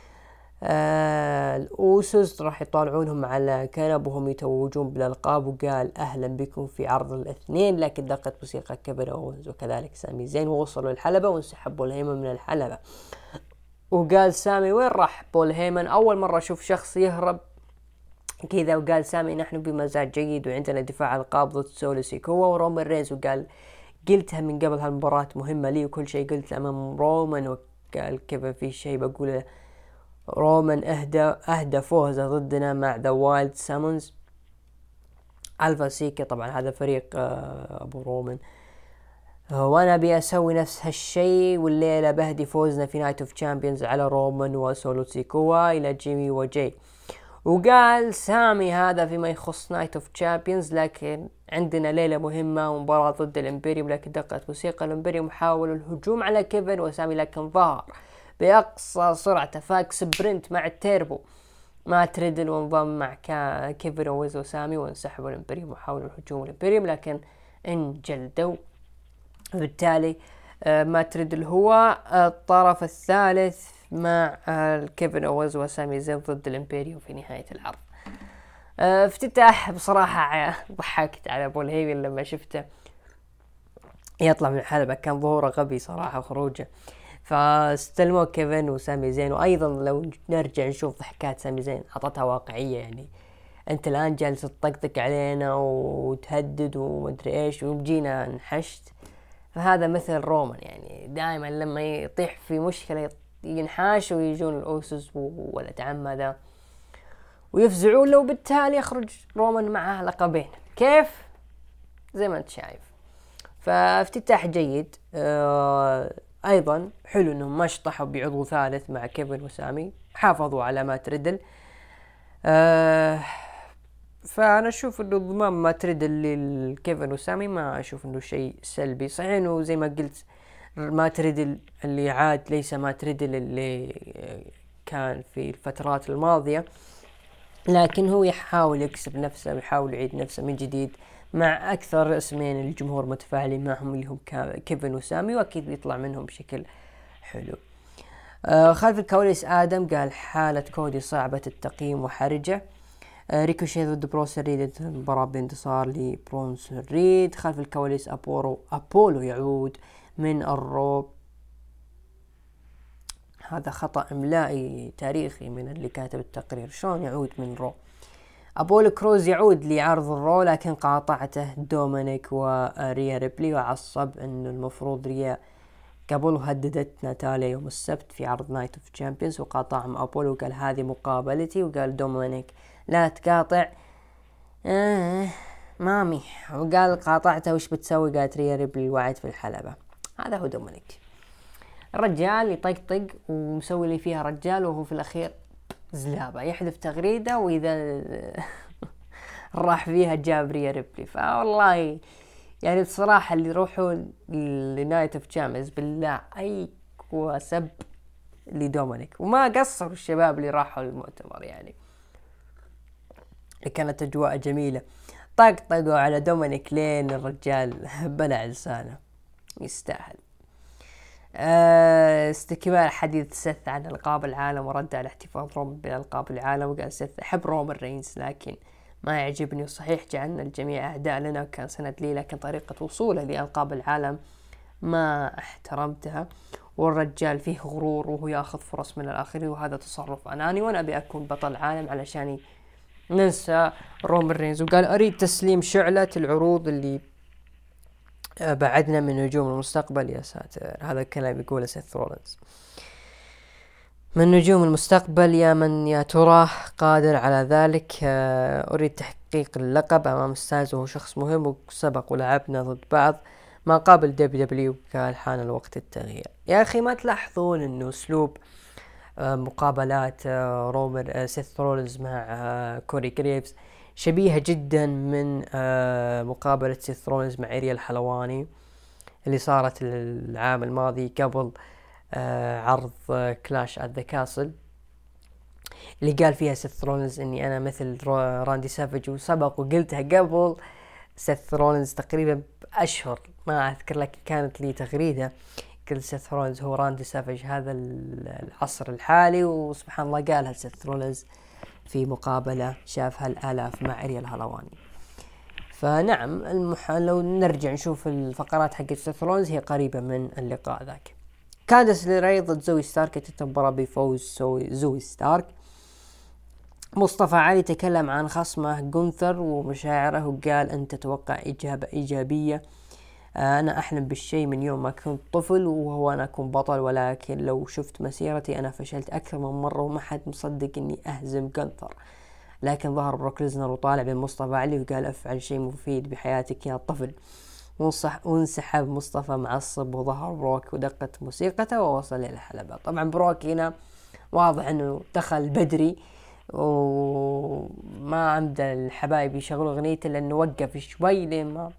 الأوسوس راح يطالعونهم على كنب وهم يتوجون بالألقاب، وقال أهلا بكم في عرض الاثنين، لكن دقت موسيقى كيفن أوينز وكذلك سامي زين ووصلوا الحلبة وانسحب بول هيمن من الحلبة. وقال سامي وين راح بول هيمن؟ أول مرة أشوف شخص يهرب كذا. وقال سامي نحن بمزاج جيد وعندنا دفاع القاب ضد سولو سيكوا ورومان رينز، وقال قلتها من قبل هالمباراة مهمة لي وكل شيء قلت أمام رومان. وقال كيف في شيء بقوله، رومان أهدى فوزه ضدنا مع ذا وايلد سامونز ألفا سيكا، طبعا هذا فريق أبو رومان، وانا ابي اسوي نفس هالشيء، والليلة بهدي فوزنا في نايت اوف تشامبيونز على رومان وسولو سيكوا الى جيمي وجاي. وقال سامي هذا فيما يخص نايت اوف تشامبيونز، لكن عندنا ليلة مهمة ومباراة ضد الامبيريوم. لكن دقت موسيقى الامبيريوم حاولوا الهجوم على كيفن وسامي، لكن ظهر بأقصى سرعة فاك سبرنت مع التيربو ما تريدل وانضم مع كيفن وويز وسامي، وانسحبوا الامبيريوم وحاولوا الهجوم الامبيريوم لكن انجلدوا. بالتالي ما تريدل هو الطرف الثالث مع كيفن أوينز وسامي زين ضد الامبيريوم في نهاية العرض. افتتاح بصراحة ضحكت على بول هيمن لما شفته يطلع من الحلبة، كان ظهوره غبي صراحة وخروجه. فاستلموا كيفن وسامي زين. وأيضا لو نرجع نشوف ضحكات سامي زين عطتها واقعية، يعني أنت الآن جالس تطقطق علينا وتهدد ومدري إيش ومجينا نحشت. فهذا مثل رومان، يعني دائما لما يطيح في مشكلة ينحاش ويجون الأوسوس ولد عمه ذا ويفزعون له، وبالتالي يخرج رومان معه لقبين. كيف؟ زي ما انت شايف. فافتتاح جيد. ايضا حلو انهم ما شطحوا بعضو ثالث مع كيفن وسامي، حافظوا على ما تريدل. فانا اشوف انه ضمان ما تريدل للكيفن وسامي ما اشوف انه شيء سلبي. صحيح انه زي ما قلت ما تريدل اللي عاد ليس ما تريدل اللي كان في الفترات الماضية، لكن هو يحاول يكسب نفسه ويحاول يعيد نفسه من جديد مع أكثر اسمين الجمهور متفاعلين معهم اللي هم كيفن وسامي، وأكيد بيطلع منهم بشكل حلو. خلف الكواليس آدم قال حالة كودي صعبة التقييم وحرجة. ريكوشي ضد بروسر ريد المباراة بانتصار لبرونسون ريد. خلف الكواليس أبولو يعود من الرو. هذا خطأ إملائي تاريخي من اللي كاتب التقرير. شلون يعود من رو؟ أبولو كروز يعود لعرض الرو لكن قاطعته دومينيك وريا ريبلي، وعصب انه المفروض ريا قبل هددت ناتاليا يوم السبت في عرض نايت اوف تشامبيونز، وقاطعهم أبولو وقال هذه مقابلتي، وقال دومينيك لا تقاطع مامي، وقال قاطعته وش بتسوي؟ قالت ريا ريبلي الوعد في الحلبة. هذا هو دومينيك، الرجال يطقطق ومسوي لي فيها رجال، وهو في الأخير زلابة يحذف تغريدة، وإذا راح فيها جاب ريا ريبلي. فوالله يعني بصراحة اللي يروحوا لنايت اوف تشامبيونز بالله أي وسب لدومينيك، وما قصروا الشباب اللي راحوا للمؤتمر، يعني كانت أجواء جميلة. طقطقوا على دومينيك لين الرجال بلع لسانه، يستاهل. استكمال حديث سيث عن ألقاب العالم، ورد على احتفاظ رومان بألقاب العالم، وقال سيث أحب رومان رينز لكن ما يعجبني، وصحيح جعلنا الجميع أعداء لنا وكان سند لي، لكن طريقة وصوله لألقاب العالم ما احترمتها، والرجال فيه غرور وهو ياخذ فرص من الآخرين، وهذا تصرف أناني، وأنا أبي أكون بطل عالم علشان ننسى رومان رينز. وقال أريد تسليم شعلة العروض اللي بعدنا من نجوم المستقبل. يا ساتر، هذا الكلام يقوله سيث رولينز. من نجوم المستقبل يا من يا ترى قادر على ذلك. أريد تحقيق اللقب أمام ستايلز وهو شخص مهم، وسبق ولعبنا ضد بعض ما قابل دبليو، قال حان الوقت التغيير. يا أخي ما تلاحظون أنه أسلوب مقابلات سيث رولينز مع كوري جريفز شبيهة جدا من مقابلة سيث رولينز مع إيريا الحلواني اللي صارت العام الماضي قبل عرض كلاش ات ذا كاسل، اللي قال فيها سيث رولينز اني انا مثل راندي سافيج، وسبق وقلتها قبل سيث رولينز تقريبا بأشهر، ما اذكر لك كانت لي تغريدة قلت سيث رولينز هو راندي سافيج هذا العصر الحالي، وسبحان الله قالها سيث رولينز في مقابلة شافها الآلاف مع إيريا الهلواني. فنعم لو نرجع نشوف الفقرات حقت سيث رولينز هي قريبة من اللقاء ذاك. كانديس ليراي ضد زوي ستارك، تتبرى بفوز زوي ستارك. مصطفى علي تكلم عن خصمه جونثر ومشاعره، وقال أنت تتوقع إجابة إيجابية. أنا أحلم بالشيء من يوم ما كنت طفل، وهو أنا أكون بطل، ولكن لو شفت مسيرتي أنا فشلت أكثر من مرة وما حد مصدق إني أهزم جونثر. لكن ظهر بروك ليزنر وطالع بين مصطفى علي وقال أفعل شيء مفيد بحياتك يا طفل، وانسحب مصطفى معصب، وظهر بروك ودقت موسيقته ووصل إلى الحلبة. طبعا بروك هنا واضح أنه دخل بدري وما عمد الحبايب يشغلوا أغنيته، لأنه وقف شوي لين ما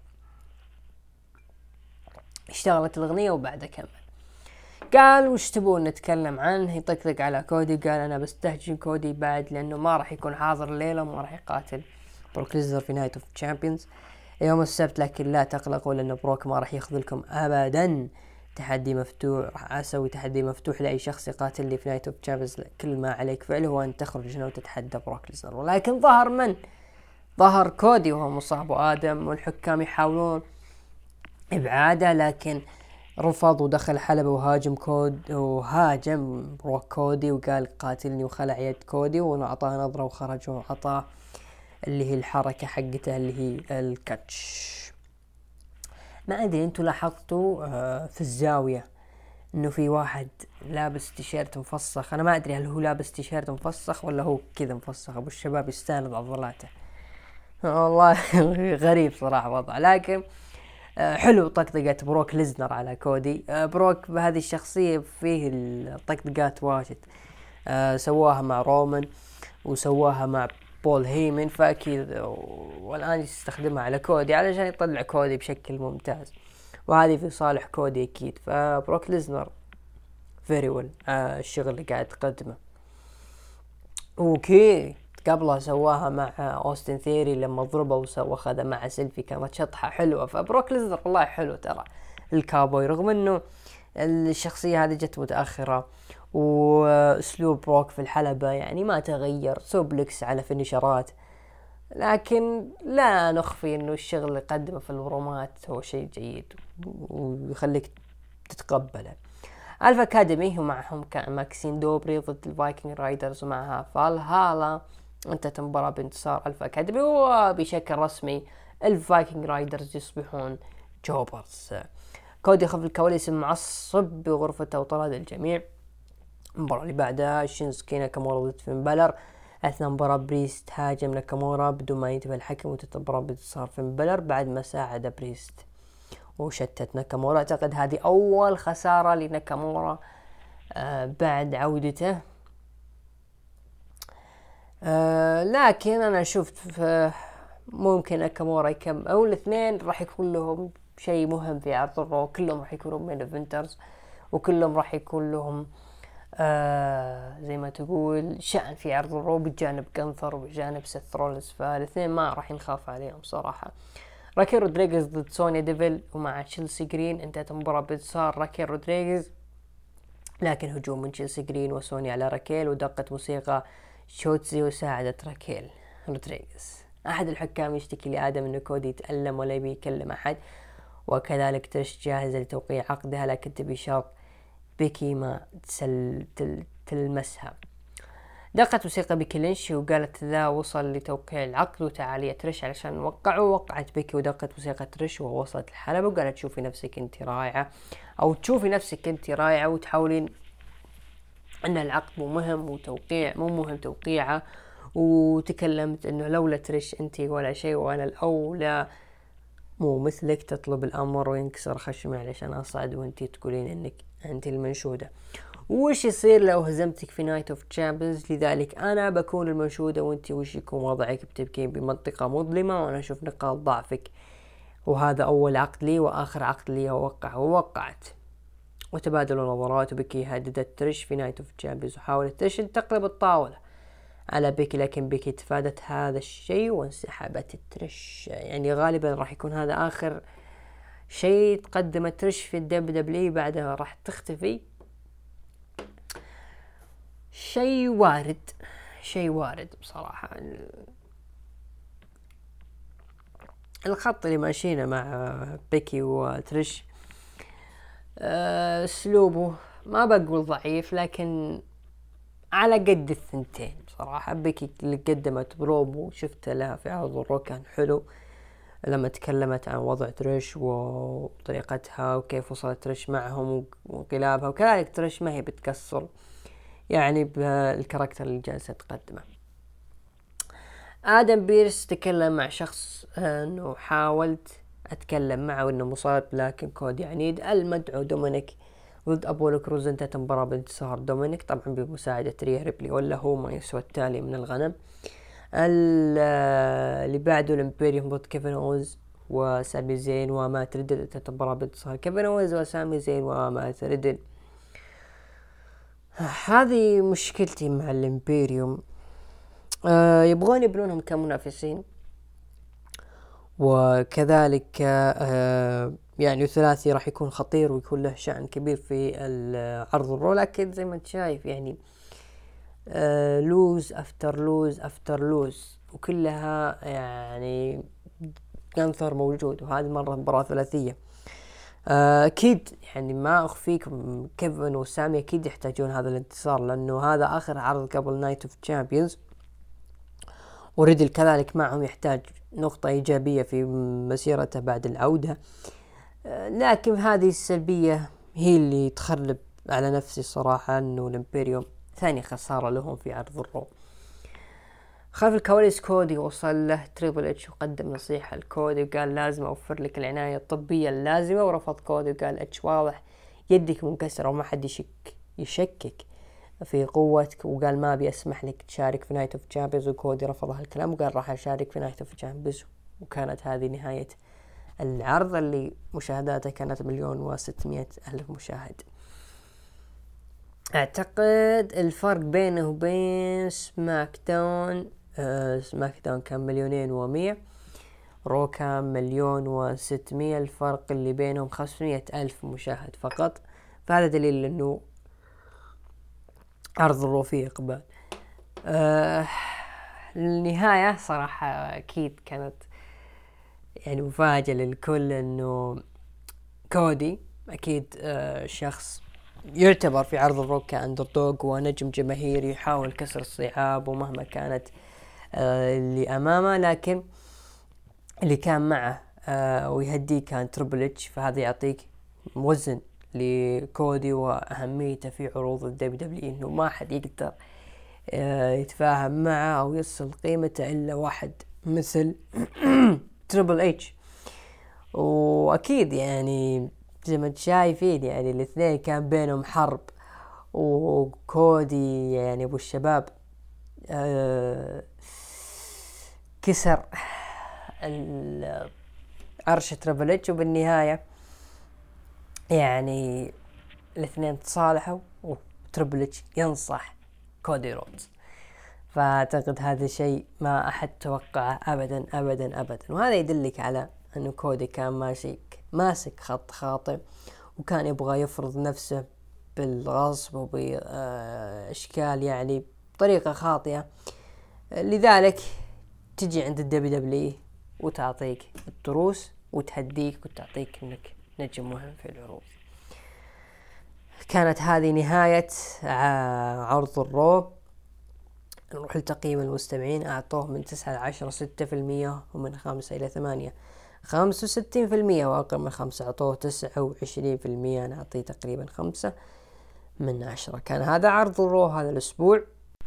اشتغلت الأغنية وبعدها كمل. قال وش تبون نتكلم عنه؟ يطقطق على كودي، قال أنا بستهجن كودي بعد لأنه ما راح يكون حاضر الليلة وما راح يقاتل بروك ليزنر في نايت اوف تشامبيونز يوم السبت، لكن لا تقلقوا لأن بروك ما راح ياخذ لكم أبدا تحدي مفتوح. راح أسوي تحدي مفتوح لأي شخص يقاتل لي في نايت اوف تشامبيونز، كل ما عليك فعله هو أن تخرج هنا وتتحدى بروك ليزنر. ولكن ظهر كودي وهو مصاب آدم، والحكام يحاولون إبعاده لكن رفض ودخل الحلبة وهاجم بروك كودي وقال قاتلني، وخلع يد كودي وأعطاه نظرة وخرج وأعطاه اللي هي الحركة حقته اللي هي الكاتش. ما أدري أنتوا لاحظتوا في الزاوية إنه في واحد لابس تيشيرت مفسخ، أنا ما أدري هل هو لابس تيشيرت مفسخ ولا هو كذا مفسخ، أبو الشباب يستاند عضلاته والله غريب صراحة وضع. لكن حلو طقطقة بروك ليزنر على كودي. بروك بهذه الشخصية فيه الطقطقات واجد، سواها مع رومان وسواها مع بول هيمن، فأكيد والآن يستخدمها على كودي علشان يطلع كودي بشكل ممتاز، وهذه في صالح كودي أكيد. فبروك ليزنر very well الشغل اللي قاعد تقدمه. اوكي قبلها سواها مع أوستن ثيري لما ضربه وخذ مع سيلفي، كانت شطحة حلوة. فبروك ليزنر والله حلو ترى الكابوي، رغم انه الشخصية هذه جت متأخرة واسلوب بروك في الحلبة يعني ما تغير، سوبلكس على فينيشرات، لكن لا نخفي انه الشغل اللي قدمه في البرومات هو شيء جيد ويخليك تتقبله. الفا اكاديمي ومعهم كان ماكسين دوبري ضد الفايكنج رايدرز، ومعها فالهالا انتهت المباراة بانتصار الفا اكاديمي، وبشكل رسمي الفايكنج رايدرز يصبحون جوبرز. كودي خلف الكواليس معصب بغرفته وطرد الجميع. المباراة اللي بعدها شينسكي ناكامورا ضد فين بالر. أثناء مباراة بريست هاجم ناكامورا بدون ما ينتبه الحكم، وانتهت المباراة بانتصار فين بالر بعد ما ساعد بريست وشتت ناكامورا. أعتقد هذه أول خسارة لناكامورا بعد عودته. لكن أنا شفت ممكن ناكامورا يكمل، أو الاثنين راح يكون لهم شيء مهم في عرض الرو، كلهم راح يكونوا مين ايفنترز، وكلهم راح يكون لهم زي ما تقول شأن في عرض الرو بجانب جانثر وبجانب سيث رولز، فالاثنين ما راح نخاف عليهم صراحة. راكيل رودريغيز ضد سونيا ديفل ومع تشيلسي جرين، انتهت المباراة بانتصار راكيل رودريغيز، لكن هجوم من تشيلسي جرين وسونيا على راكيل ودقت موسيقى شوتزي وساعدت راكيل رودريغيز. أحد الحكام يشتكي لآدم أنه كودي يتألم ولا يبي يكلم أحد، وكذلك ترش جاهزة لتوقيع عقدها، لكن تبي شرط بيكي ما تلمسها. دقت موسيقى بيكي لينش وقالت ذا وصل لتوقيع العقد وتعالي ترش علشان وقعوا. وقعت بيكي ودقت موسيقى ترش ووصلت الحلبة وقالت شوفي نفسك انت رائعة، او تشوفي نفسك انت رائعة وتحاولين ان العقد مو مهم وتوقيع مو مهم توقيعه. وتكلمت انه لولا ترش انت ولا شيء، وانا الاولى مو مثلك تطلب الامر وينكسر خشمي علشان اصعد وانتي تقولين انك انت المنشودة. وش يصير لو هزمتك في نايت اوف تشامبيونز؟ لذلك انا بكون المنشودة وانتي وش يكون وضعك؟ بتبكين بمنطقة مظلمة وانا اشوف نقاط ضعفك، وهذا اول عقد لي واخر عقد لي اوقع. ووقعت وتبادلوا نظرات، وبيكي هددت ترش في نايت اوف تشامبيونز وحاولت ترش تقلب الطاولة على بيكي، لكن بيكي تفادت هذا الشيء وانسحبت الترش. يعني غالبا راح يكون هذا آخر شيء تقدم ترش في الدبليو، بعدها راح تختفي. شيء وارد، شيء وارد بصراحة. الخط اللي ماشينا مع بيكي وترش اسلوبه ما بقول ضعيف، لكن على قد الثنتين بصراحة. بيكي اللي قدمت برومو شفت لها في عرض الرو كان حلو، لما تكلمت عن وضع تريش وطريقتها وكيف وصلت تريش معهم وانقلابها، وكذلك تريش ما هي بتكسر يعني بالكاركتر اللي جالسة تقدمه. آدم بيرس تكلم مع شخص انه حاولت اتكلم معه انه مصاب، لكن كودي عنيد. المدعو دومينيك ضد أبولو كروز، انتهت المباراة بانتصار دومينيك طبعا بمساعدة ريا ريبلي، ولا هو ما يسوى التالي من الغنم. اللي بعده الامبيريوم ضد كيفن أوز وسامي زين ومات ريدل، انتهت المباراة بانتصار كيفن أوز وسامي زين ومات ريدل. هذه مشكلتي مع الامبيريوم. يبغون يبنونهم كمنافسين، وكذلك يعني ثلاثي راح يكون خطير ويكون له شأن كبير في العرض الرو، لكن زي ما انت شايف يعني لوز افتر لوز افتر لوز، وكلها يعني جانثر موجود، وهذه مرة مباراة ثلاثية. اكيد يعني ما اخفيكم كيفن وسامي اكيد يحتاجون هذا الانتصار، لانه هذا اخر عرض قبل نايت اوف تشامبيونز، وريدل كذلك معهم يحتاج نقطة ايجابية في مسيرته بعد العودة. لكن هذه السلبية هي اللي تخرب على نفسي صراحة، انه الامبيريوم ثاني خسارة لهم في عرض الرو. خلف الكواليس كودي وصل له تريبل اتش وقدم نصيحة لكودي وقال لازم اوفر لك العناية الطبية اللازمة، ورفض كودي وقال اتش واضح يدك منكسرة وما حد يشكك في قوتك، وقال ما ابي اسمح لك تشارك في نايت اوف تشامبيونز. وكودي رفض هالكلام وقال راح اشارك في نايت اوف تشامبيونز، وكانت هذه نهاية العرض اللي مشاهداته كانت 1,600,000 مشاهد. اعتقد الفرق بينه وبين سماك داون كان 2,100,000، رو كان 1,600,000، الفرق اللي بينهم 500,000 مشاهد فقط. فهذا دليل انه عرض الرفيق بعد. النهاية صراحة أكيد كانت يعني مفاجأة للكل، إنه كودي أكيد شخص يعتبر في عرض الروك كأندر دوغ ونجم جماهيري يحاول كسر الصعاب ومهما كانت اللي أمامه، لكن اللي كان معه ويهديه كان تريبل اتش، فهذا يعطيك وزن لكودي وأهميته في عروض الدبليو دبليو، إنه ما حد يقدر يتفاهم معه أو يصل قيمته إلا واحد مثل تريبل اتش. وأكيد يعني زي ما انت شايفين يعني الاثنين كان بينهم حرب، وكودي يعني أبو الشباب كسر عرش تريبل اتش، وبالنهاية يعني الاثنين تصالحوا وتريبل اتش ينصح كودي رودز. فأعتقد هذا شيء ما أحد توقعه أبدا أبدا أبدا، وهذا يدلك على أنه كودي كان ماسك خط خاطئ، وكان يبغى يفرض نفسه بالغصب وبأشكال يعني بطريقة خاطئة. لذلك تجي عند الدبليو دبليو وتعطيك الدروس وتهديك وتعطيك انك نجم مهم في العروض. كانت هذه نهاية عرض الرو. نروح لتقييم المستمعين. اعطوه من 9 ل10 6%، ومن 5 إلى 8 65%، واقل من 5 اعطوه 29%. انا اعطيه تقريبا 5/10. كان هذا عرض الرو هذا الاسبوع.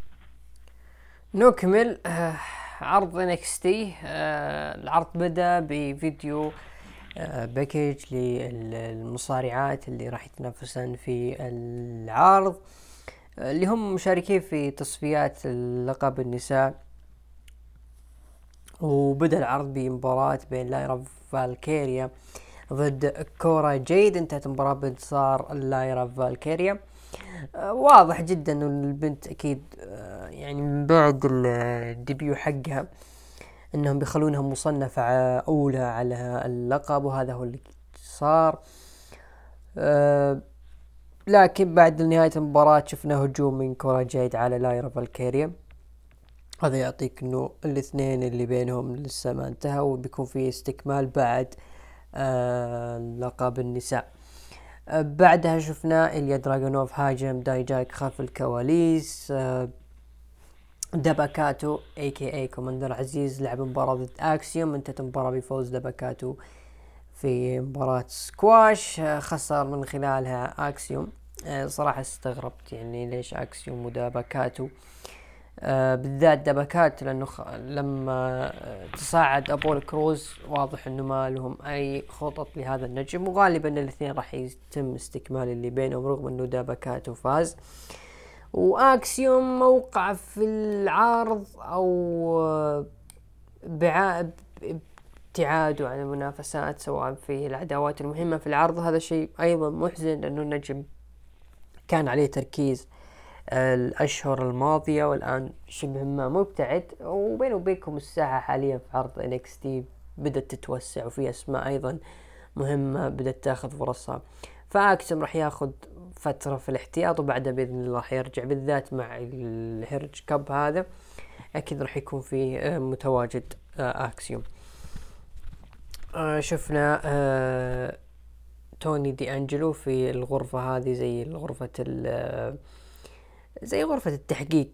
نكمل عرض NXT. العرض بدأ بفيديو باكيج للمصارعات اللي راح يتنافسن في العرض، اللي هم مشاركين في تصفيات لقب النساء. وبدأ العرض بمباراة بين لايرا فالكيريا ضد كورا جيد. انتهت المباراة بانتصار لايرا فالكيريا. واضح جدا انه البنت اكيد يعني من بعد الديبيو حقها انهم بيخلونها مصنفة اولى على اللقب، وهذا هو اللي صار. لكن بعد نهاية المباراة شفنا هجوم من كورا جيد على لايرا فالكيريا. هذا يعطيك انه الاثنين اللي بينهم لسه ما انتهى، وبيكون في استكمال بعد لقب النساء. بعدها شفنا إليا دراغونوف هاجم دايجاك خلف الكواليس. داباكاتو AKA كوماندر عزيز لعب مباراة ضد أكسيوم. انتهت المباراة بفوز داباكاتو في مباراة سكواش خسر من خلالها أكسيوم. صراحة استغربت يعني ليش أكسيوم وداباكاتو بالذات داباكاتو، لأنه لما تصاعد أبول كروز واضح أنه ما لهم أي خطط لهذا النجم، وغالبا الاثنين راح يتم استكمال اللي بينهم رغم أنه داباكاتو فاز. وأكسيوم موقع في العرض أو ابتعاده عن المنافسات سواء في العداوات المهمة في العرض. هذا شيء أيضا محزن لأنه النجم كان عليه تركيز الأشهر الماضية، والآن شبه ما مبتعد. وبينه وبينكم الساحة حاليا في عرض NXT بدأت تتوسع، وفي أسماء أيضا مهمة بدأت تاخذ فرصها. فأكسم راح ياخذ فترة في الاحتياط، وبعدها بإذن الله راح يرجع، بالذات مع الهيرج كاب هذا أكيد راح يكون في متواجد أكسيوم. شفنا توني دي أنجلو في الغرفة هذه زي غرفة التحقيق.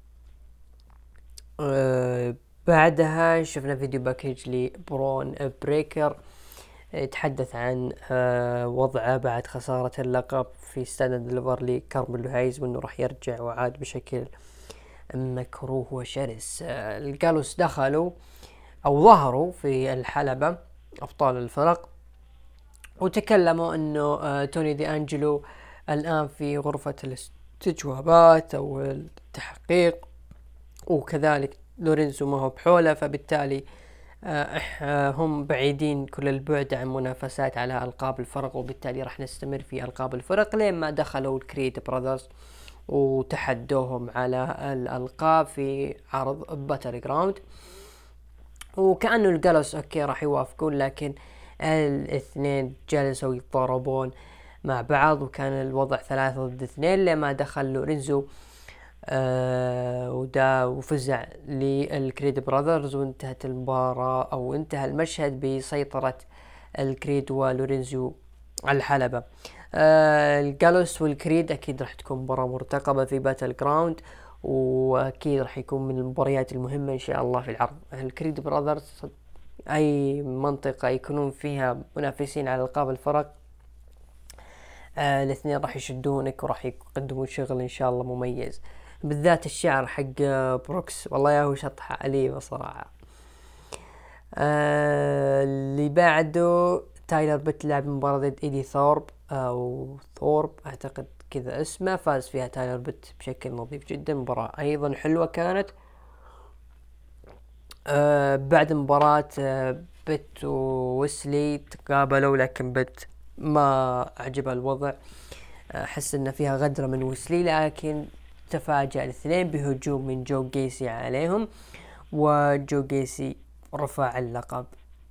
بعدها شفنا فيديو باكيج لبرون بريكر يتحدث عن وضعه بعد خسارة اللقب في ستاند ديليفر لكارميلو هايز، وانه راح يرجع وعاد بشكل مكروه وشرس. الجالوس دخلوا او ظهروا في الحلبة ابطال الفرق، وتكلموا انه توني دي أنجلو الان في غرفة الاستجوابات او التحقيق، وكذلك لورينزو ما هو بحوله، فبالتالي هم بعيدين كل البعد عن منافسات على ألقاب الفرق، وبالتالي راح نستمر في ألقاب الفرق لين ما دخلوا الكريد براذرز وتحدوهم على الألقاب في عرض باتل جراوند. وكأنه الجالوس اوكي راح يوافقون، لكن الاثنين جلسوا يتضاربون مع بعض، وكان الوضع 3 ضد 2 لما دخل لورينزو وفزع للكريد براذرز، وانتهت المباراة أو انتهى المشهد بسيطرة الكريد ولورينزيو على الحلبة. الجالوس والكريد أكيد راح تكون مباراة مرتقبة في باتل جراوند، وأكيد راح يكون من المباريات المهمة إن شاء الله في العرض. الكريد براذرز أي منطقة يكونون فيها منافسين على ألقاب الفرق، الاثنين راح يشدونك وراح يقدمون شغل إن شاء الله مميز، بالذات الشعر حق بروكس والله يا هو شطحة أليمة صراحة. اللي بعده تايلر بيت لعب مباراة ضد ايدي ثورب او ثورب اعتقد كذا اسمه، فاز فيها تايلر بيت بشكل نظيف جدا، مباراة ايضا حلوة كانت. بعد مباراة بيت وويسلي تقابلوا، لكن بيت ما عجب الوضع، حس ان فيها غدرة من ويسلي، لكن تفاجأ الاثنين بهجوم من جو جيسي عليهم، وجو جيسي رفع اللقب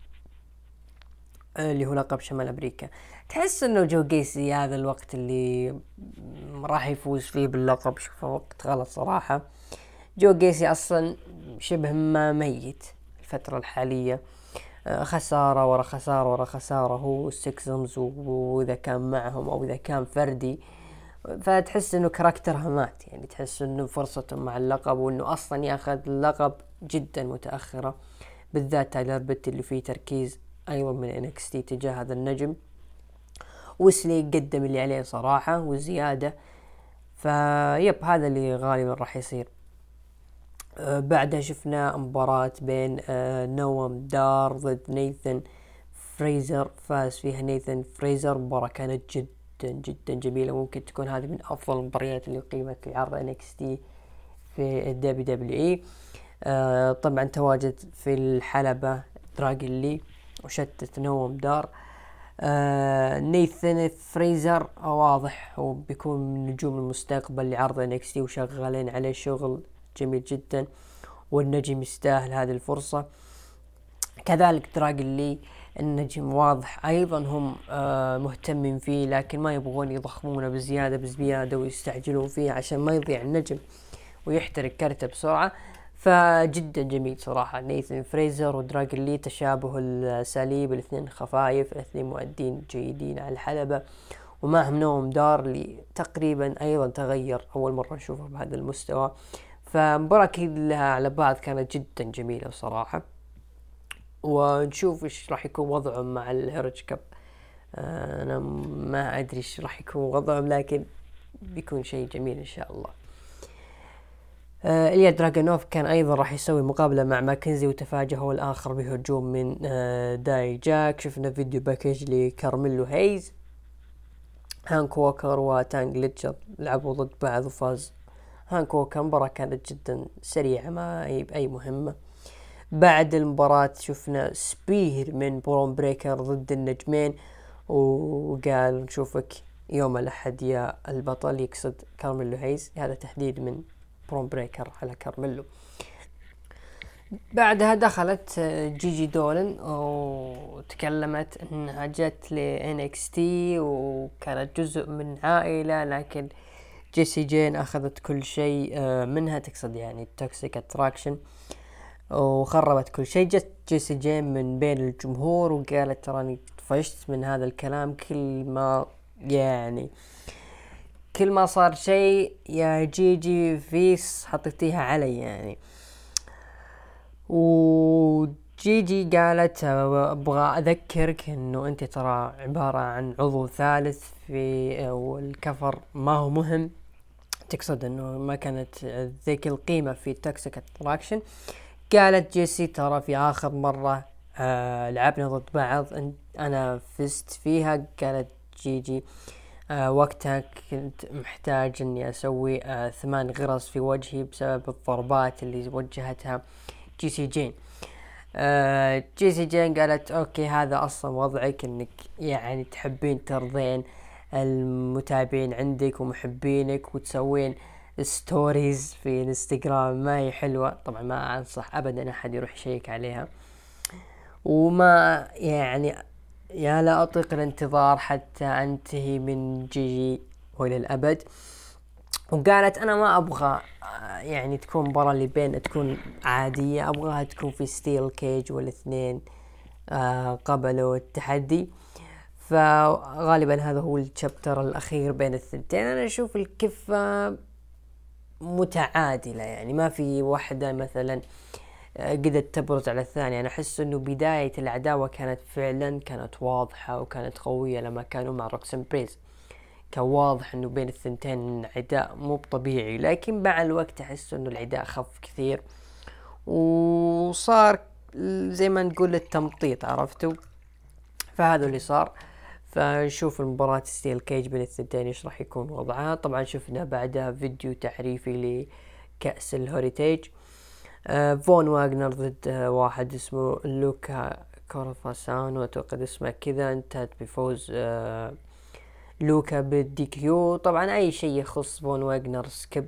اللي هو لقب شمال امريكا. تحس انه جو جيسي هذا الوقت اللي راح يفوز فيه باللقب شوفه وقت غلط صراحة. جو جيسي اصلا شبه ما ميت الفترة الحالية، خسارة ورا خسارة ورا خسارة، هو السكسمز واذا كان معهم او اذا كان فردي، فتحس انه كاركترها مات، يعني تحس انه فرصته مع اللقب وانه اصلا ياخذ اللقب جدا متأخرة، بالذات تايلر بيت اللي فيه تركيز ايضا من NXT تجاه هذا النجم. ويسلي قدم اللي عليه صراحة وزيادة، فيب هذا اللي غالبا راح يصير. بعدها شفنا مباراة بين نوام دار ضد نيثن فريزر، فاز فيها نيثن فريزر، مباراة كانت جدا جدا جميلة، ممكن تكون هذه من افضل المباريات اللي قيمت في عرض NXT في WWE. طبعا تواجد في الحلبة دراجون لي وشتت نوم دار. نيثن فريزر واضح هو بيكون من نجوم المستقبل لعرض NXT، وشغالين عليه شغل جميل جدا، والنجم يستاهل هذه الفرصة. كذلك دراجون لي النجم واضح ايضا هم مهتمين فيه، لكن ما يبغون يضخمونه بزيادة ويستعجلون فيه عشان ما يضيع النجم ويحترق كرته بسرعة. فجدا جميل صراحة نيثن فريزر ودراجون لي، تشابه الأساليب، الاثنين خفايف، الاثنين مؤدين جيدين على الحلبة، ومعهم نوم دار اللي تقريبا أيضا تغير، أول مرة نشوفه بهذا المستوى. فمباراة كلها على بعض كانت جدا جميلة صراحة، ونشوف ايش راح يكون وضعهم مع الهيرج كاب. أنا ما أدري ايش راح يكون وضعهم، لكن بيكون شيء جميل إن شاء الله. إليا دراغونوف كان أيضا راح يسوي مقابلة مع ماكنزي، وتفاجأ هو الآخر بهجوم من داي جاك. شفنا فيديو باكيج لكارميلو هيز، هانك ووكر وتانج ليتشر لعبوا ضد بعض وفاز هانك ووكر. مباراة كانت جدا سريعة ما هي بأي مهمة. بعد المباراة شفنا سبير من برون بريكر ضد النجمين، وقال نشوفك يوم الأحد يا البطل، يقصد كارميلو هيز، هذا تحديد من برون بريكر على كارميلو. بعدها دخلت جيجي دولن وتكلمت انها جت ل NXT وكانت جزء من عائلة، لكن جيسي جين اخذت كل شيء منها، تقصد يعني التوكسيك اتراكشن، وخربت كل شيء. جت جيسي جين من بين الجمهور وقالت تراني طفشت من هذا الكلام، كل ما صار شيء يا جيجي فيس حطيتيها علي يعني. وجيجي قالت ابغى اذكرك انه انت ترى عبارة عن عضو ثالث في والكفر ما هو مهم، تقصد انه ما كانت ذيك القيمة في توكسيك اتراكشن. قالت جيسي ترى في اخر مرة لعبنا ضد بعض انا فزت فيها، قالت جيجي وقتها كنت محتاج اني اسوي 8 غرز في وجهي بسبب الضربات اللي وجهتها جيسي جين. جيسي جين قالت اوكي هذا اصلا وضعك، انك يعني تحبين ترضين المتابعين عندك ومحبينك وتسوين ستوريز في انستغرام ما هي حلوة. طبعا ما انصح ابدا احد يروح يشيك عليها، وما يعني يا لا اطيق الانتظار حتى انتهي من جيجي والى الابد. وقالت انا ما ابغى يعني تكون مباراة اللي بين تكون عادية، ابغاها تكون في ستيل كيج والاثنين قبلوا التحدي. فغالبا هذا هو الشابتر الاخير بين الثنتين. انا اشوف الكفة متعادلة، يعني ما في واحدة مثلا قدرت تبرز على الثانية. انا احس انه بداية العداوة كانت واضحة وكانت قوية لما كانوا مع روكسن بريز. كان واضح انه بين الثنتين عداء مو طبيعي، لكن مع الوقت احس انه العداء خف كثير وصار زي ما نقول التمطيط، عرفتوا؟ فهذا اللي صار. فنشوف المباراة ستيل كيج بين الثنتين ايش راح يكون وضعها. طبعا شفنا بعدها فيديو تعريفي لكأس الهوريتيج. فون واغنر ضد واحد اسمه لوكا كورفاسانو، اتوقع اسمه كذا. انتهت بفوز لوكا بالدي كيو. طبعا اي شيء يخص فون واغنر سكيب.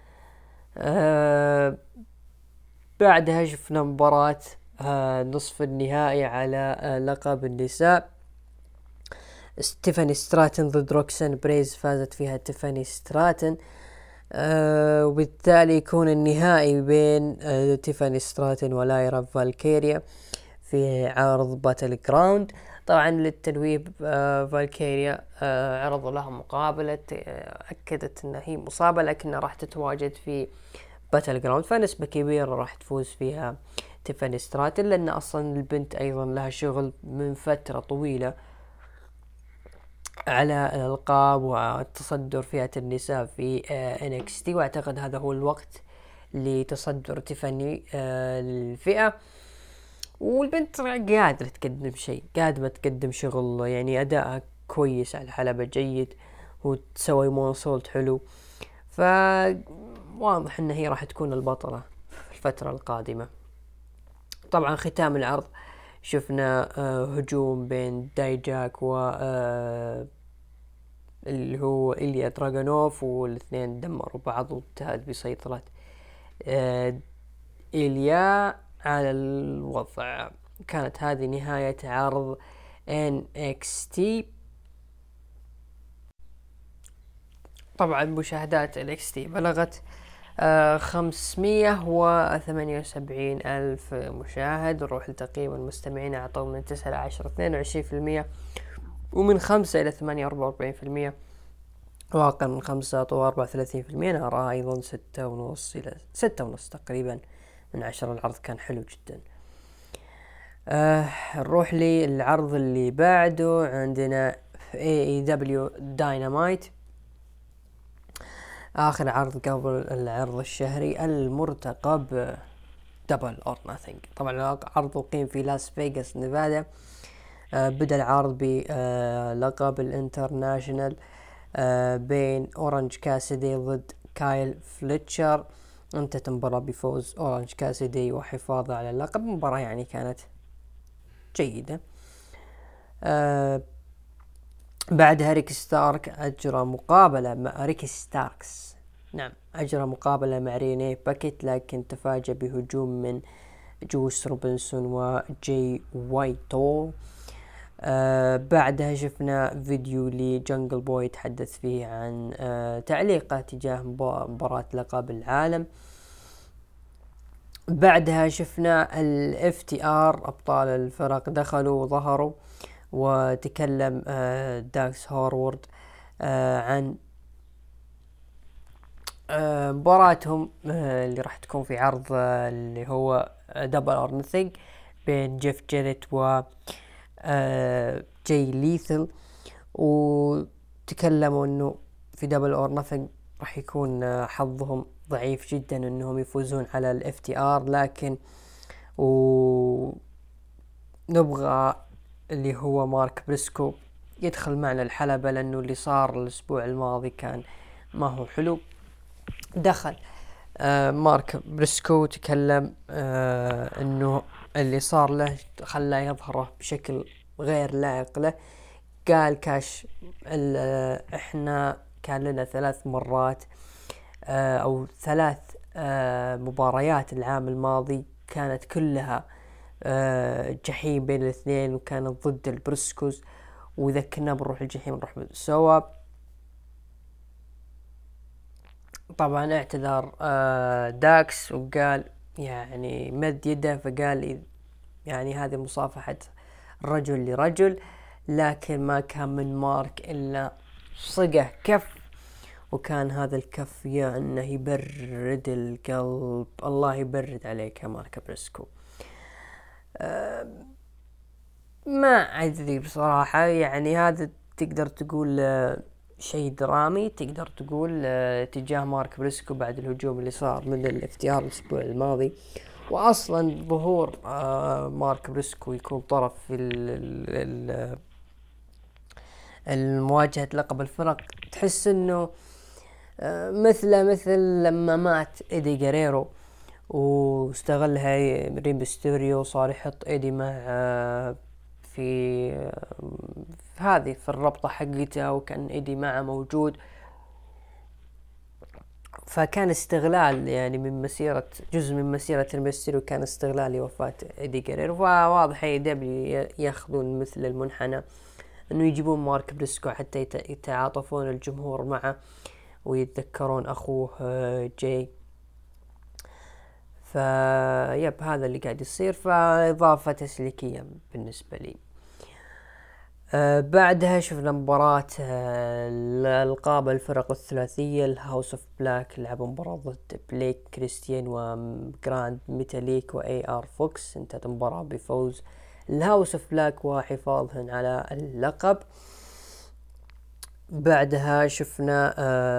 بعدها شفنا مباراة نصف النهائي على لقب النساء. ستيفاني ستراتن ضد روكسان بريز. فازت فيها تيفاني ستراتن. وبالتالي يكون النهائي بين تيفاني ستراتن ولايرا فالكيريا في عرض باتل جراوند. طبعا للتنويه فالكيريا عرضوا لها مقابلة، أكدت أنها هي مصابة لكنها راح تتواجد في باتل جراوند، فنسبة كبيرة راح تفوز فيها تيفاني ستراتن، لأن أصلا البنت أيضا لها شغل من فترة طويلة على الألقاب والتصدر فئة النساء في NXT، واعتقد هذا هو الوقت لتصدر تيفاني الفئة. والبنت قادرة تقدم شيء، قادرة تقدم شغل، يعني أداءها كويس على الحلبة جيد وتسوي مونسولت حلو. فواضح أن هي راح تكون البطلة في الفترة القادمة. طبعا ختام العرض شفنا هجوم بين دايجاك و اللي هو إليا دراغونوف، والاثنين دمروا بعض وانتهت بسيطرة إليا على الوضع. كانت هذه نهاية عرض NXT. طبعا مشاهدات NXT بلغت 578 ألف مشاهد. نروح لتقييم المستمعين، أعطوا من 9 ل 10 22%، ومن 5 إلى 8 44%، وأقل من 5 أعطوا 34%. أنا أراها أيضا 6.5 إلى 6.5 تقريبا من 10. العرض كان حلو جدا. نروح للعرض اللي بعده. عندنا AEW Dynamite، آخر عرض قبل العرض الشهري المرتقب دبل اور ناثينج. طبعا العرض أقيم في لاس فيغاس نيفادا. بدأ العرض بلقب الانترناشنال بين أورانج كاسيدي ضد كايل فليتشر. انتهت المباراة بفوز أورانج كاسيدي وحفاظه على اللقب. مباراة يعني كانت جيدة. بعدها ريكي ستارك أجرى مقابلة مع ريكي ستاركس، نعم أجرى مقابلة مع ريني باكيت، لكن تفاجأ بهجوم من جوس روبنسون وجي وايتو. بعدها شفنا فيديو لجنجل بوي يتحدث فيه عن تعليقه تجاه مباراة لقب العالم. بعدها شفنا ال FTR أبطال الفرق دخلوا وظهروا، وتكلم داكس هورورد عن مباراتهم اللي راح تكون في عرض اللي هو دبل اور نثينج بين جيف جيريت و جاي ليثل. وتكلموا انه في دبل اور نثينج راح يكون حظهم ضعيف جدا انهم يفوزون على ال FTR، لكن نبغى اللي هو مارك بريسكو يدخل معنا الحلبة، لأنه اللي صار الأسبوع الماضي كان ما هو حلو. دخل مارك بريسكو تكلم أنه اللي صار له خلاه يظهره بشكل غير لائق له. قال كاش إحنا كان لنا 3 مرات أو 3 مباريات العام الماضي كانت كلها جحيم بين الاثنين، وكانت ضد البريسكوز، وإذا كنا بنروح الجحيم نروح سوا. طبعا اعتذر داكس وقال يعني مد يده، فقال يعني هذه مصافحة رجل لرجل، لكن ما كان من مارك إلا صقه كف، وكان هذا الكف يا انه يبرد القلب. الله يبرد عليك يا مارك بريسكو. ما ادري بصراحة، يعني هذا تقدر تقول شيء درامي، تقدر تقول تجاه مارك بريسكو بعد الهجوم اللي صار من الافتيار الاسبوع الماضي. واصلا ظهور مارك بريسكو يكون طرف في المواجهة لقب الفرق، تحس انه مثل لما مات ايدي جاريرو واستغلها ريم بيستيريو، صار يحط ايدي مع في هذه في الربطة حقته، وكان ايدي معه موجود. فكان استغلال يعني من مسيرة، جزء من مسيرة الميستيريو كان استغلال لوفاة ايدي جاريرو. فواضح اي دبليو ياخذون مثل المنحنى انه يجيبون مارك بريسكو حتى يتعاطفون الجمهور معه ويتذكرون اخوه جاي. فيب هذا اللي قاعد يصير، فإضافة تسليكية بالنسبة لي. بعدها شفنا مباراة الألقاب الفرق الثلاثية. الهاوس اوف بلاك لعبوا مباراة ضد بليك كريستيان وجراند ميتاليك واي ار فوكس. انتهت المباراة بفوز الهاوس اوف بلاك وحفاظهن على اللقب. بعدها شفنا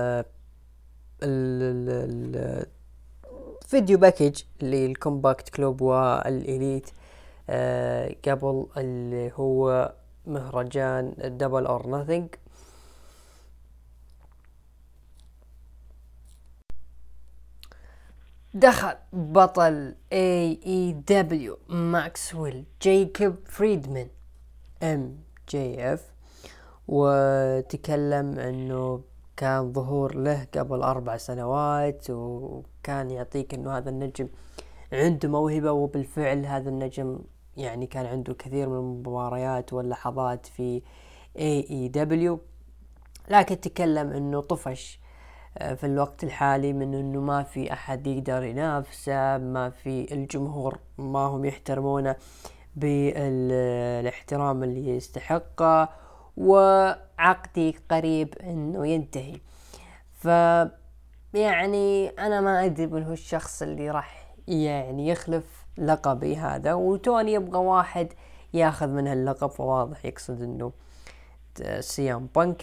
فيديو باكج للكومباكت كلوب والإليت قبل اللي هو مهرجان دبل اور ناثينج. دخل بطل AEW ماكسويل جايكوب فريدمان MJF، وتكلم انه كان ظهور له قبل 4 سنوات، وكان يعطيك انه هذا النجم عنده موهبة. وبالفعل هذا النجم يعني كان عنده كثير من المباريات واللحظات في AEW، لكن تكلم انه طفش في الوقت الحالي من انه ما في احد يقدر ينافسه، ما في الجمهور ما هم يحترمونه بالاحترام اللي يستحقه، وعقدي قريب انه ينتهي. ف يعني انا ما ادري من هو الشخص اللي راح يعني يخلف لقبي هذا، وتوني يبغى واحد ياخذ منه اللقب، فواضح يقصد انه سيام بانك.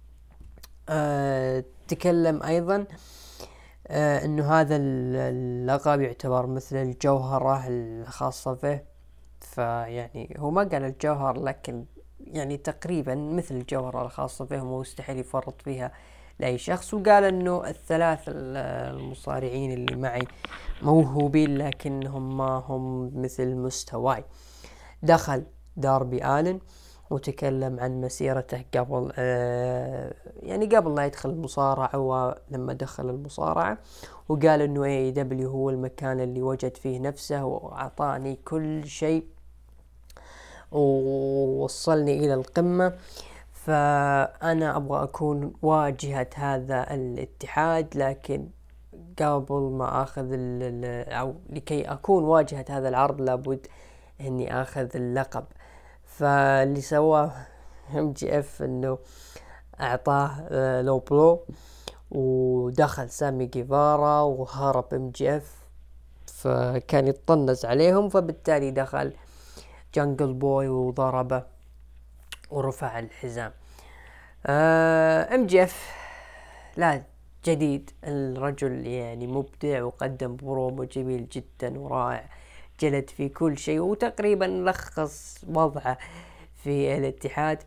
تكلم ايضا انه هذا اللقب يعتبر مثل الجوهرة الخاصة به. فيعني هو ما قال الجوهر، لكن يعني تقريبا مثل الجوهرة الخاصة به، ومستحيل يفرط فيها لأي شخص. وقال انه الثلاث المصارعين اللي معي موهوبين لكنهم ما هم مثل مستواي. دخل داربي آلن وتكلم عن مسيرته قبل يعني قبل لا يدخل المصارعة ولما دخل المصارعة، وقال انه AEW هو المكان اللي وجد فيه نفسه واعطاني كل شيء ووصلني الى القمة. فانا ابغى اكون واجهة هذا الاتحاد، لكن قبل ما اخذ او لكي اكون واجهة هذا العرض لابد اني اخذ اللقب. فاللي سواه MJF انه اعطاه لو بلو، ودخل سامي جيفارا وهرب MJF، فكان يتطنز عليهم، فبالتالي دخل جانجل بوي وضربه ورفع الحزام. MJF لا جديد، الرجل يعني مبدع، وقدم برومو جميل جدا ورائع، جلد في كل شيء، وتقريبا لخص وضعه في الاتحاد.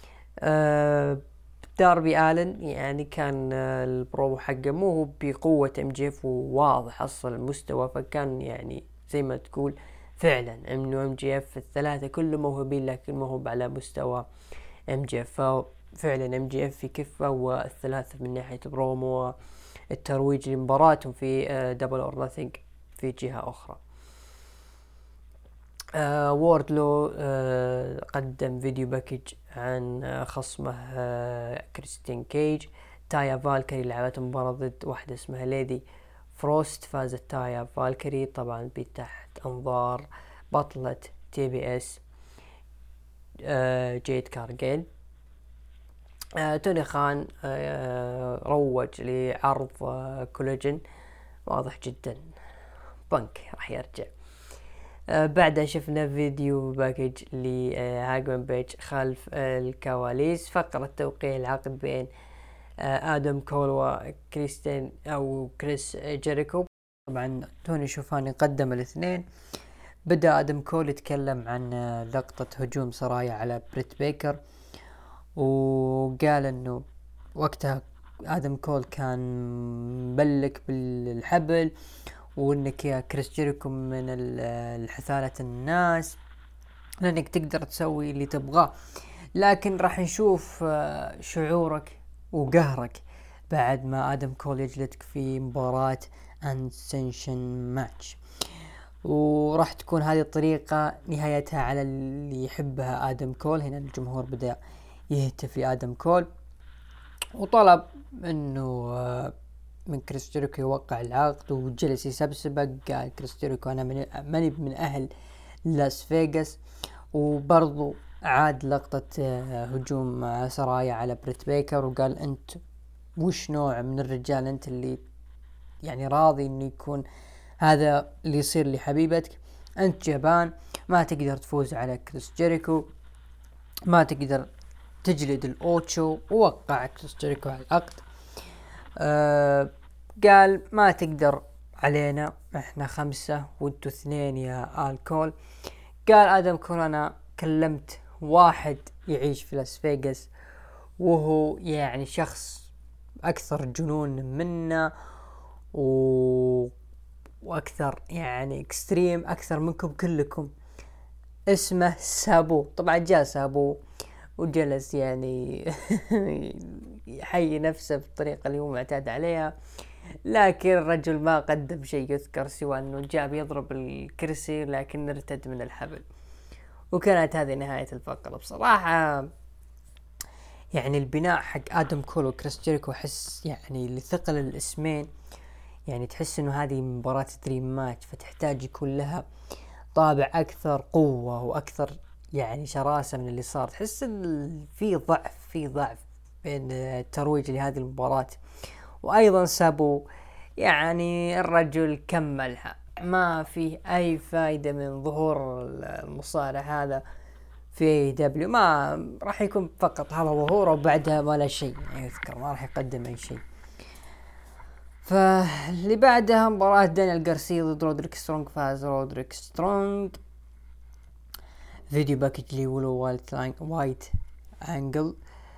داربي آلن يعني كان البرومو حقه مو هو بقوة MJF، وواضح أصل المستوى، فكان يعني زي ما تقول فعلا انه MJF الثلاثة كله موهوبين لكن ما هو على مستوى MJF. ففعلا MJF في كفة، والثلاثة من ناحية برومو الترويج لمباراتهم في دبل اور ناثينج في جهة أخرى. ووردلو قدم فيديو باكج عن خصمه كريستين كيج. تايا فالكري لعبت مباراة ضد واحدة اسمها ليدي فروست. فازت تايا فالكري طبعا تحت انظار بطلة تي بي اس جيد كارجيل. توني خان روج لعرض كولاجين، واضح جدا بنك راح يرجع. بعدها شفنا فيديو باكج لهاجمان بيج خلف الكواليس، فقرة توقيع العقد بين آدم كول وكريستين أو كريس جيريكو. طبعا توني شوفاني قدم الاثنين. بدأ آدم كول يتكلم عن لقطة هجوم سرايا على بريت بيكر، وقال انه وقتها آدم كول كان مبلك بالحبل، وانك يا كريس جيريكو من الحثالة الناس، لانك تقدر تسوي اللي تبغاه، لكن راح نشوف شعورك وقهرك بعد ما آدم كول يجلدك في مباراة انسنشن ماتش. وراح تكون هذه الطريقة نهايتها على اللي يحبها آدم كول. هنا الجمهور بدأ يهتف لآدم كول، وطلب انه من كريس جيريكو يوقع العقد، وجلس يسبسبه. قال كريس جيريكو انا ماني من اهل لاس فيغاس. وبرضو عاد لقطة هجوم سرايا على بريت بيكر، وقال انت وش نوع من الرجال انت اللي يعني راضي انه يكون هذا اللي يصير لحبيبتك؟ انت جبان، ما تقدر تفوز على كريس جيريكو، ما تقدر تجلد الاوتشو. ووقع كريس جيريكو على العقد. قال ما تقدر علينا، احنا 5 وانتو 2 يا الكول. قال آدم كول انا كلمت واحد يعيش في لاس فيغاس، وهو يعني شخص اكثر جنون منا واكثر يعني اكستريم اكثر منكم كلكم. اسمه سابو. طبعا جاء سابو وجلس يعني يحيي نفسه بالطريقة اللي هو معتاد عليها، لكن الرجل ما قدم شيء يذكر سوى انه جاء يضرب الكرسي لكن ارتد من الحبل. وكانت هذه نهاية الفقرة. بصراحة يعني البناء حق آدم كول وكريس جيريكو حس يعني لثقل الاسمين، يعني تحس انه هذه مباراة دريم ماتش، فتحتاج يكون لها طابع اكثر قوة واكثر يعني شراسة من اللي صار. تحس ان في ضعف بين الترويج لهذه المباراة. وايضا سابو يعني الرجل كملها، ما فيه اي فايدة من ظهور المصارع هذا في دبليو. ما راح يكون فقط هذا ظهوره وبعدها ولا شيء يعني يذكر، ما راح يقدم اي شيء. فاللي بعدها مباراة دانيال غارسيا ضد رودريك سترونج. فاز رودريك سترونج. فيديو باكج لي ولو وايت انجل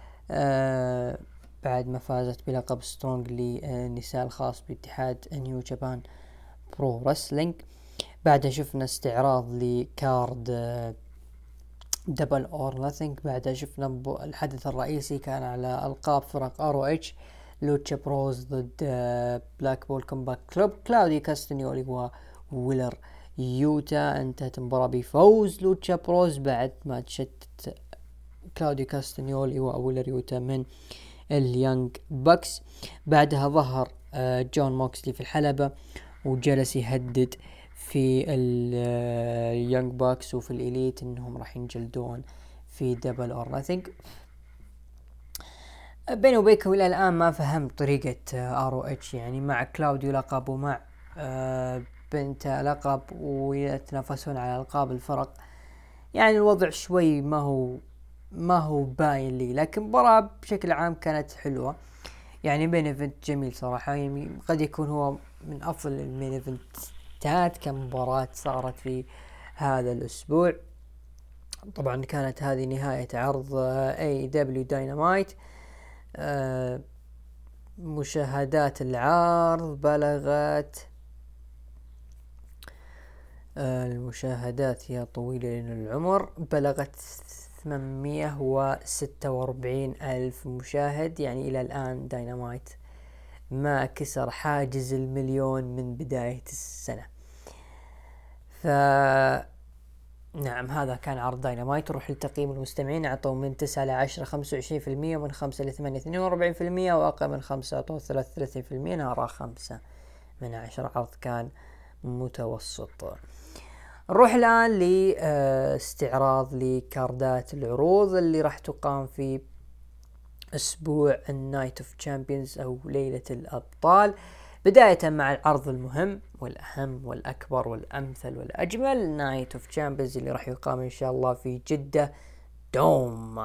بعد ما فازت بلقب سترونج للنساء الخاص باتحاد نيو جابان برو رسلينج. بعدها شفنا استعراض لكارد دبل اور ناثينج. بعدها شفنا الحدث الرئيسي كان على القاب فرق ROH، لوتشا بروز ضد بلاك بول كومباك كلوب، كلاودي كاستانيولي وويلر يوتا. انتهت المباراة بفوز لوتشا بروز بعد ما تشتت كلاودي كاستانيولي وويلر يوتا من اليانج باكس. بعدها ظهر جون موكسلي في الحلبة وجلس يهدد في اليانج باكس وفي الإليت انهم راح ينجلدون في دبل اور ناثينج. بيني وبينكم الى الان ما فهمت طريقة ROH، يعني مع كلاوديو لقب ومع بنت لقب ويتنافسون على القاب الفرق، يعني الوضع شوي ما هو باين لي. لكن مباراة بشكل عام كانت حلوة، يعني مين ايفنت جميل صراحة، يعني قد يكون هو من افضل المين ايفنتات كمباراة صارت في هذا الاسبوع. طبعا كانت هذه نهاية عرض AEW Dynamite. مشاهدات العرض بلغت المشاهدات يا طويلة العمر بلغت 846 ألف مشاهد. يعني إلى الآن داينامايت ما كسر حاجز 1,000,000 من بداية السنة. نعم، هذا كان عرض داينامايت. نروح لتقييم المستمعين، أعطوا من 9 ل 10 25%، ومن 5 ل 8 42%، وأقل من 5 أعطوا 33%. أنا أرى 5 من 10. عرض كان متوسط. نروح الآن لاستعراض لكاردات العروض اللي راح تقام في أسبوع النايت اوف تشامبيونز أو ليلة الأبطال. بداية مع العرض المهم والأهم والأكبر والأمثل والأجمل، نايت اوف تشامبيونز اللي راح يقام إن شاء الله في جدة دوم.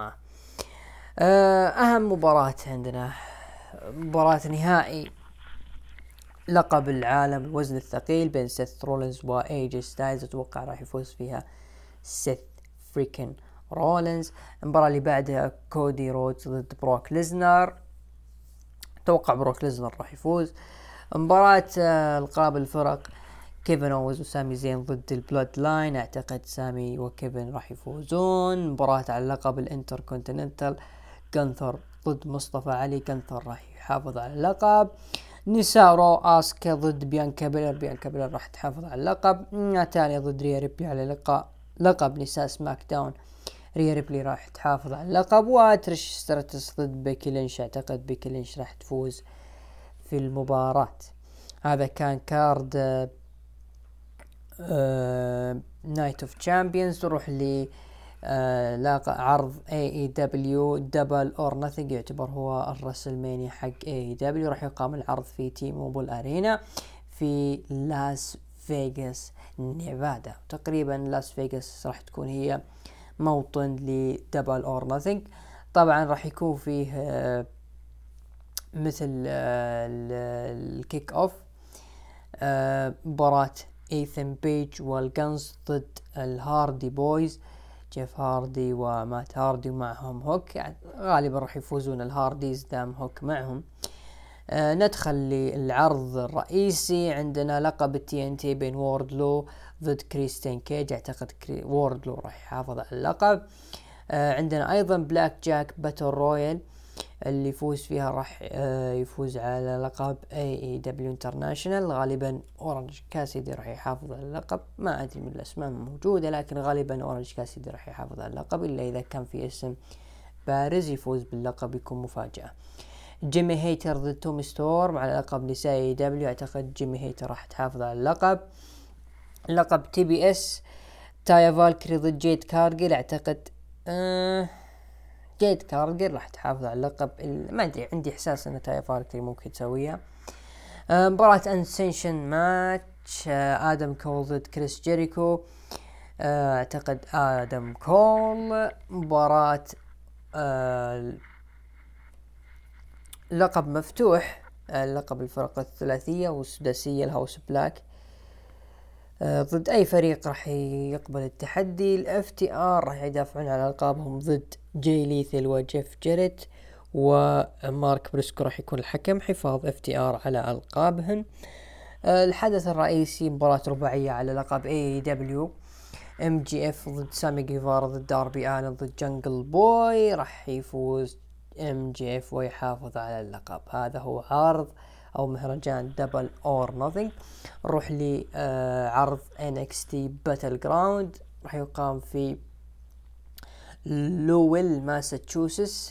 أهم مباراة عندنا مباراة نهائي لقب العالم الوزن الثقيل بين سيث رولينز وAJ ستايلز. أتوقع راح يفوز فيها سيث فريكن رولينز. المباراة اللي بعدها كودي رودز ضد بروك ليزنر. أتوقع بروك ليزنر راح يفوز. مباراة القاب الفرق كيفن أوز وسامي زين ضد البلود لاين. أعتقد سامي وكيفن راح يفوزون. مباراة على لقب الانتر كونتيننتال جانثر ضد مصطفى علي. جانثر راح يحافظ على اللقب. نساء رو آسكا ضد بيانكا بيلر. بيانكا بيلر راح تحافظ على اللقب. ناتاليا ضد ريا ريبلي على لقب نساء سماك داون. ريا ريبلي راح تحافظ على اللقب. وتريش ستراتس ضد بيكي لينش. اعتقد بيكي لينش راح تفوز في المباراة. هذا كان كارد نايت اوف تشامبيونز. نروح ل عرض AEW دبل اور نثينج، يعتبر هو الرسلمانيا حق AEW. راح يقام العرض في تي موبل أرينا في لاس فيغاس نيفادا. تقريبا لاس فيغاس راح تكون هي موطن لدبل اور نثينج. طبعا راح يكون فيه مثل الكيك اوف مباراة ايثن بيج والجنز ضد الهاردي بويز، جيف هاردي ومات هاردي ومعهم هوك. يعني غالبا راح يفوزون الهارديز دام هوك معهم. ندخل للعرض الرئيسي. عندنا لقب التي ان تي بين ووردلو ضد كريستين كيج. اعتقد ووردلو راح يحافظ على اللقب. عندنا ايضا بلاك جاك باتل رويال، اللي يفوز فيها راح يفوز على لقب AEW International. غالبا اورنج كاسيدي راح يحافظ على اللقب. ما ادري من الاسماء موجودة، لكن غالبا اورنج كاسيدي راح يحافظ على اللقب، الا اذا كان في اسم بارز يفوز باللقب يكون مفاجأة. جيمي هيتر ضد تومي ستورم على لقب نساء AEW. اعتقد جيمي هيتر راح تحافظ على اللقب. لقب TBS تايا فالكري ضد جيد كارجل. اعتقد جيد كارجل راح تحافظ على اللقب. ما ادري، عندي احساس ان تايا فالكري ممكن تسويها. مباراة انسنشن ماتش ادم كول ضد كريس جيريكو. اعتقد ادم كول. مباراة لقب مفتوح، لقب الفرق الثلاثية والسداسية الهاوس بلاك ضد اي فريق راح يقبل التحدي. الاف تي ار راح يدافعون على القابهم ضد جاي ليثل وجيف جيريت، ومارك بريسكو راح يكون الحكم. حفاظ اف تي ار على القابهم. الحدث الرئيسي مباراة رباعية على لقب AEW MGF ضد سامي جيفارا ضد داربي آلن ضد جنجل بوي. راح يفوز MGF ويحافظ على اللقب. هذا هو عرض او مهرجان دبل اور نوثينج. نروح لعرض NXT باتل جراوند. راح يقام في لويل ماساتشوستس.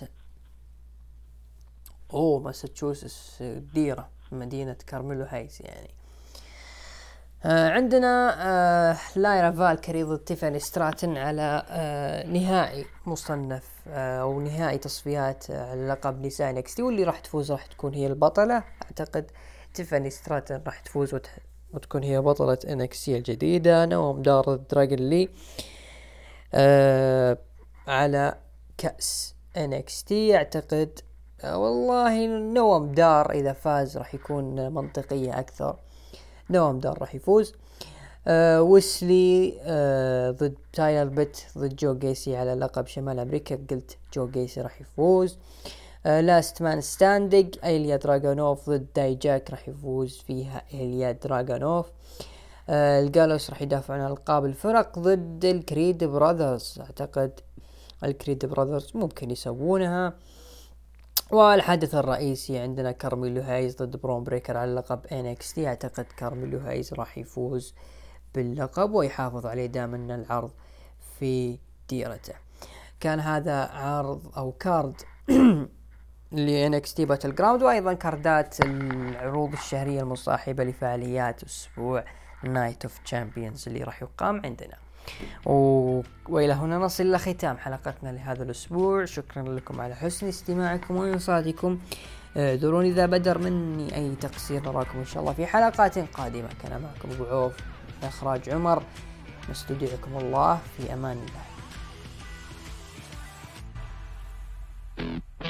ماساتشوستس ديرة مدينة كارميلو هايس يعني. عندنا لايرا فالكري ضد تيفاني ستراتن على نهائي مصنف او نهائي تصفيات على لقب نساء NXT، واللي راح تفوز راح تكون هي البطلة. اعتقد تيفاني ستراتن راح تفوز وتكون هي بطلة NXT الجديدة. نوم دار ضد دراجون لي على كأس NXT. اعتقد والله نوم دار اذا فاز راح يكون منطقية اكثر. نوم دار راح يفوز. ويسلي ضد تايلر بيت ضد جو جيسي على لقب شمال امريكا. قلت جو جيسي راح يفوز. لاست مان ستاندينج إيليا دراغونوف ضد داي جاك. راح يفوز فيها إيليا دراغونوف. الجالوس راح يدافعون عن القاب الفرق ضد الكريد براذرز. اعتقد الكريد براذرز ممكن يسوونها. والحدث الرئيسي عندنا كارميلو هايز ضد برون بريكر على لقب NXT. اعتقد كارميلو هايز راح يفوز باللقب ويحافظ عليه دام ان العرض في ديرته. كان هذا عرض أو كارد ل NXT Battleground، وأيضا كاردات العروض الشهرية المصاحبة لفعاليات أسبوع Night of Champions اللي راح يقام عندنا. وإلى هنا نصل إلى ختام حلقتنا لهذا الأسبوع. شكرا لكم على حسن استماعكم وإنصاتكم. اعذرون إذا بدر مني أي تقصير، نراكم إن شاء الله في حلقات قادمة. كان معكم أبو عوف، إخراج عمر، نستودعكم الله في أمان الله.